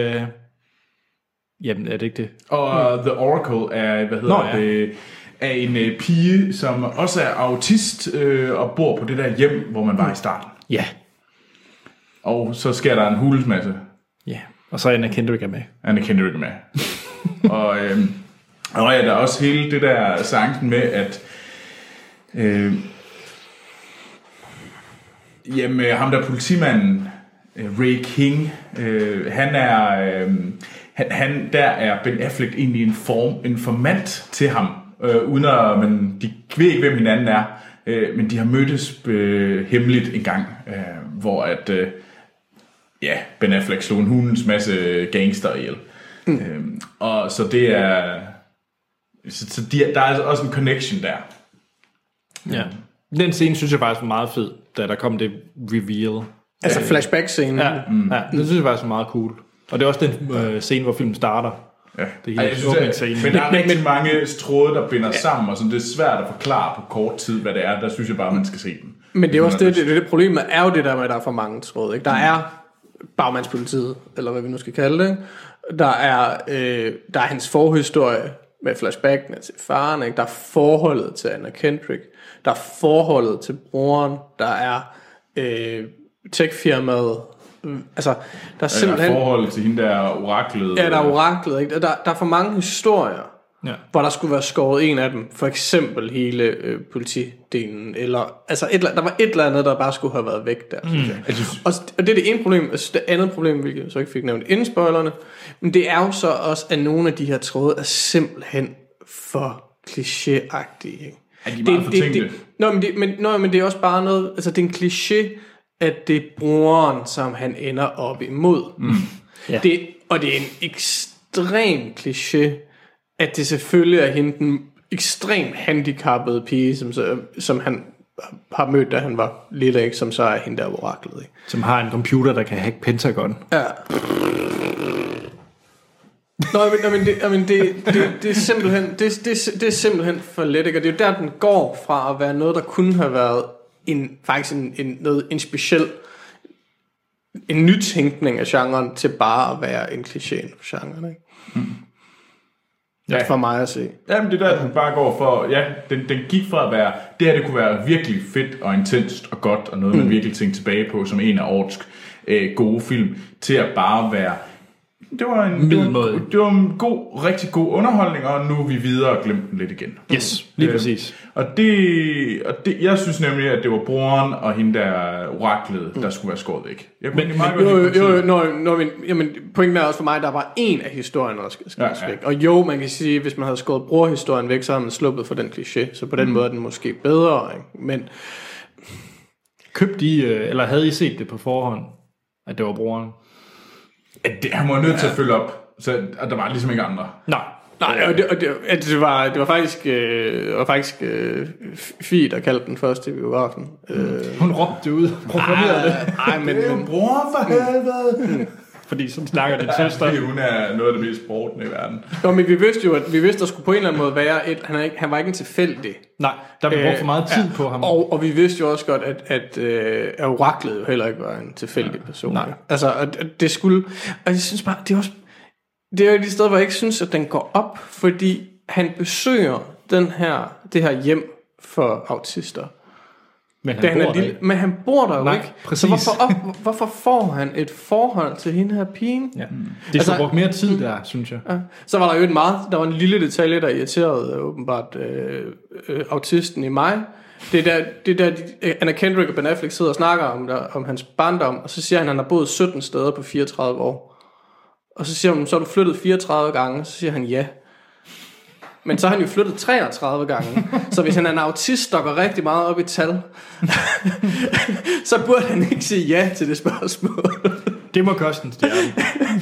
jamen, er det ikke det? Og The Oracle er, det... er en pige, som også er autist, og bor på det der hjem, hvor man var i starten. Ja. Og så sker der en hulesmasse. Ja, og så er Anna Kendrick med. Anna Kendrick med. og ja, der er også hele det der sangen med, at ham der politimanden, Ray King, der er Ben Affleck egentlig en informant til ham, men de ved ikke, hvem hinanden er, men de har mødtes hemmeligt en gang, hvor at Ben Affleck slog en hundens masse gangster ihjel. Og så det er der er altså også en connection der. Ja. Den scene synes jeg faktisk var meget fed, da der kom det reveal. Altså flashback-scenen. Ja, det synes jeg faktisk var meget cool. Og det er også den scene, hvor filmen starter. Ja. Det er helt men der er rigtig mange tråde, der binder sammen, og så det er svært at forklare på kort tid, hvad det er. Der synes jeg bare, man skal se den. Men det er også det problemet er jo det der med, at der er for mange tråde. Ikke? Der er bagmandspolitiet, eller hvad vi nu skal kalde det. Der er hans forhistorie med flashbackene til faren. Ikke? Der er forholdet til Anna Kendrick. Der er forholdet til broren. Der er tech-firmaet. Altså, der er simpelthen... forholdet til hende der oraklet. Ja, der er oraklet. Ikke? Der er for mange historier, hvor der skulle være skåret en af dem. For eksempel hele politidelen. Eller, altså der var et eller andet, der bare skulle have været væk der, synes jeg. Og det er det ene problem. Altså, det andet problem, hvilket jeg så ikke fik nævnt inden spoilerne, men det er jo så også, at nogle af de her tråde er simpelthen for klichéagtige. Ikke? Er de meget fortænkte? Men det er også bare noget... Altså, det er en kliché, at det er broren, som han ender op imod. Ja. Og det er en ekstrem kliché, at det selvfølgelig er hende, den ekstremt handicappede pige, som han har mødt, da han var lille, ikke? Som så er hende der oraklet. Ikke? Som har en computer, der kan hacke Pentagon. Ja. Det er simpelthen det er simpelthen for let, ikke? Og det er jo der, den går fra at være noget, der kunne have været en speciel, en nytænkning af genren, til bare at være en kliché for genren, ikke? Ja. For mig at se. Jamen det der, den bare går for, ja, den gik fra at være, det her det kunne være virkelig fedt og intenst og godt, og noget man virkelig tænkte tilbage på som en af årets gode film, til at bare være, det var en god, rigtig god underholdning, og nu er vi videre og glemt den lidt igen. Yes, lige præcis. Og det, jeg synes nemlig, at det var broren og hende der oraklet, der skulle være skåret væk. Men pointen er også for mig, der var en af historierne, der skal væk. Og jo, man kan sige, hvis man havde skåret brorhistorien væk, så havde man sluppet for den kliché. Så på den måde er den måske bedre, ikke? Men købte I, eller havde I set det på forhånd, at det var broren? Han var nødt til at følge op, så der var ligesom ikke andre. Nej, det var faktisk Fie, der kaldte den første i biografen. Hun råbte ud, proklamerede det. Nej, men bror for helvede. Fordi sådan snakker din søster. Fordi hun er noget af det mest sportende i verden. Nå, men vi vidste jo, at der skulle på en eller anden måde være han var ikke en tilfældig. Nej, der blev brugt for meget tid på ham. Og vi vidste jo også godt, at oraklet jo heller ikke var en tilfældig person. Nej. Altså, at det skulle. Og jeg synes bare, det er jo et sted, hvor jeg ikke synes, at den går op, fordi han besøger det her hjem for autister. Men han bor der jo ikke. Præcis. Så hvorfor får han et forhold til hende her pigen? Ja. Det skulle brugt mere tid der, synes jeg. Ja. Så var der jo der var en lille detalje, der irriterede åbenbart autisten i mig. Det er der Anna Kendrick og Ben Affleck sidder og snakker om hans barndom, og så siger han har boet 17 steder på 34 år. Og så siger hun, så har du flyttet 34 gange, så siger han ja. Men så har han jo flyttet 33 gange. Så hvis han er en autist, der går rigtig meget op i tal, så burde han ikke sige ja til det spørgsmål. Det må koste en stjerne.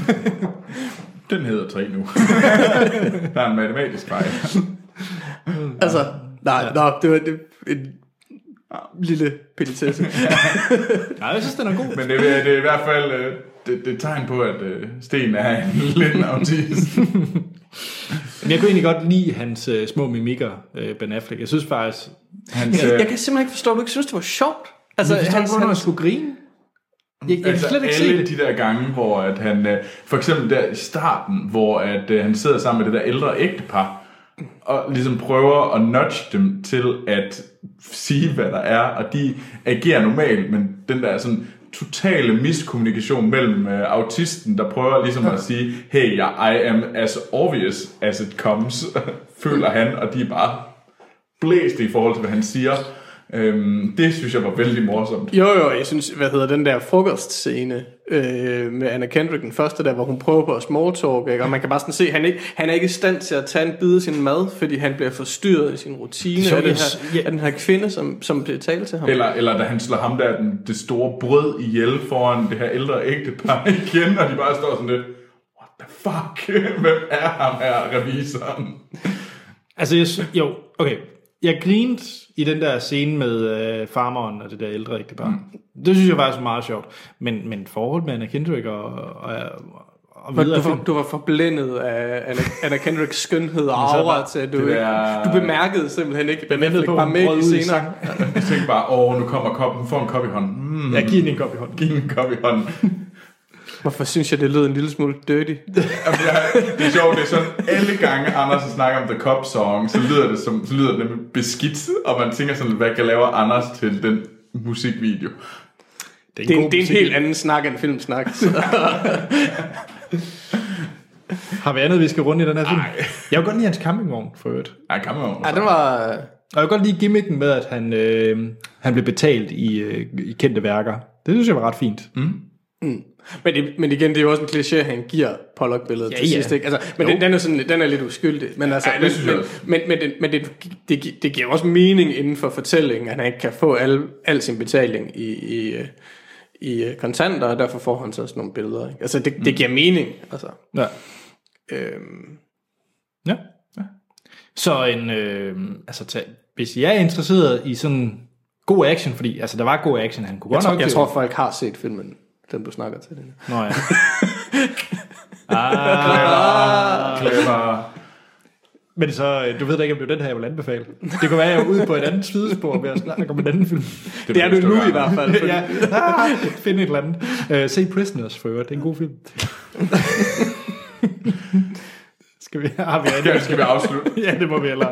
Den hedder 3 nu. Der er en matematisk fejl. Altså, det var en lille petitesse. Nej, jeg synes, den er god. Men det er i hvert fald det er tegn på, at Sten er en lidt autist. Men jeg kunne egentlig godt lide hans små mimikker, Ben Affleck. Jeg synes faktisk... Jeg kan simpelthen ikke forstå, at du ikke synes, det var sjovt. Altså, han skulle grine. Jeg kan slet ikke se det. De der gange, hvor at han... For eksempel der i starten, hvor at han sidder sammen med det der ældre ægtepar, og ligesom prøver at nudge dem til at sige, hvad der er, og de agerer normalt, men den der sådan totale miskommunikation mellem autisten, der prøver ligesom at sige, hey, I am as obvious as it comes, føler han, og de er bare blæst i forhold til, hvad han siger. Det synes jeg var vældig morsomt. Jo, jeg synes, den der frokostscene med Anna Kendrick, den første der, hvor hun prøver på at smalltalk, ikke? Og man kan bare sådan se, han er ikke i stand til at tage en bid af sin mad, fordi han bliver forstyrret i sin rutine af den her kvinde, som bliver talt til ham. Eller da han slår ham der det store brød ihjel foran det her ældre ægtepar igen, og de bare står sådan lidt, what the fuck, hvem er ham her, revisoren? Altså, okay. Jeg grinede i den der scene med farmeren og det der ældre ægtepar. Det synes jeg faktisk var meget sjovt. Men forhold med Anna Kendrick og videre... Du var forblændet af Anna Kendricks skønhed og aura til, at du bemærkede simpelthen ikke, Ben Affleck var med i senere. Jeg tænkte bare, nu kommer koppen, får en kop i hånden. Ja, giv en kop i hånden. Hvorfor synes jeg, det lød en lille smule dirty? Det er sjovt, det er sådan, alle gange Anders snakker om The Cop Song, så lyder det nemlig beskidt, og man tænker sådan, hvad kan lave Anders til den musikvideo? Det er en helt anden snak end filmsnak. Har vi andet, vi skal runde i den her film? Jeg vil godt lide hans campingvogn, for øvrigt. Ja, campingvogn. Ja, den var... Og jeg vil godt lide gimmicken med, at han blev betalt i kendte værker. Det synes jeg var ret fint. Men igen, det er jo også en kliché, han giver Pollock-billedet til sidst, ikke? Altså, men den er lidt uskyldig. Men altså, det giver også mening inden for fortællingen, at han ikke kan få al sin betaling i kontanter, og derfor får han så sådan nogle billeder, ikke? Altså, det giver mening, altså. Ja. Ja. Så hvis jeg er interesseret i sådan god action, fordi altså der var god action, han kunne godt nok... Jeg tror folk har set filmen, den du snakker til. Den. Nå ja. Clever. Men så, du ved da ikke, om det er den her, jeg vil anbefale. Det kan være, at jeg er ude på et andet sidespor ved at snakke om en anden film. Det er du nu i hvert fald. Ja, find et eller andet. Se Prisoners for øvrigt, det er en god film. Skal vi afslutte? Ja, det må vi hellere.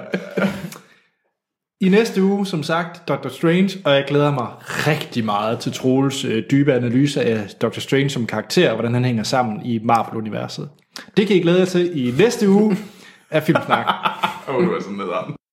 I næste uge, som sagt, Dr. Strange, og jeg glæder mig rigtig meget til Troels dybe analyse af Dr. Strange som karakter, og hvordan han hænger sammen i Marvel-universet. Det kan I glæde jer til i næste uge af Filmsnak. Du er sådan nederen.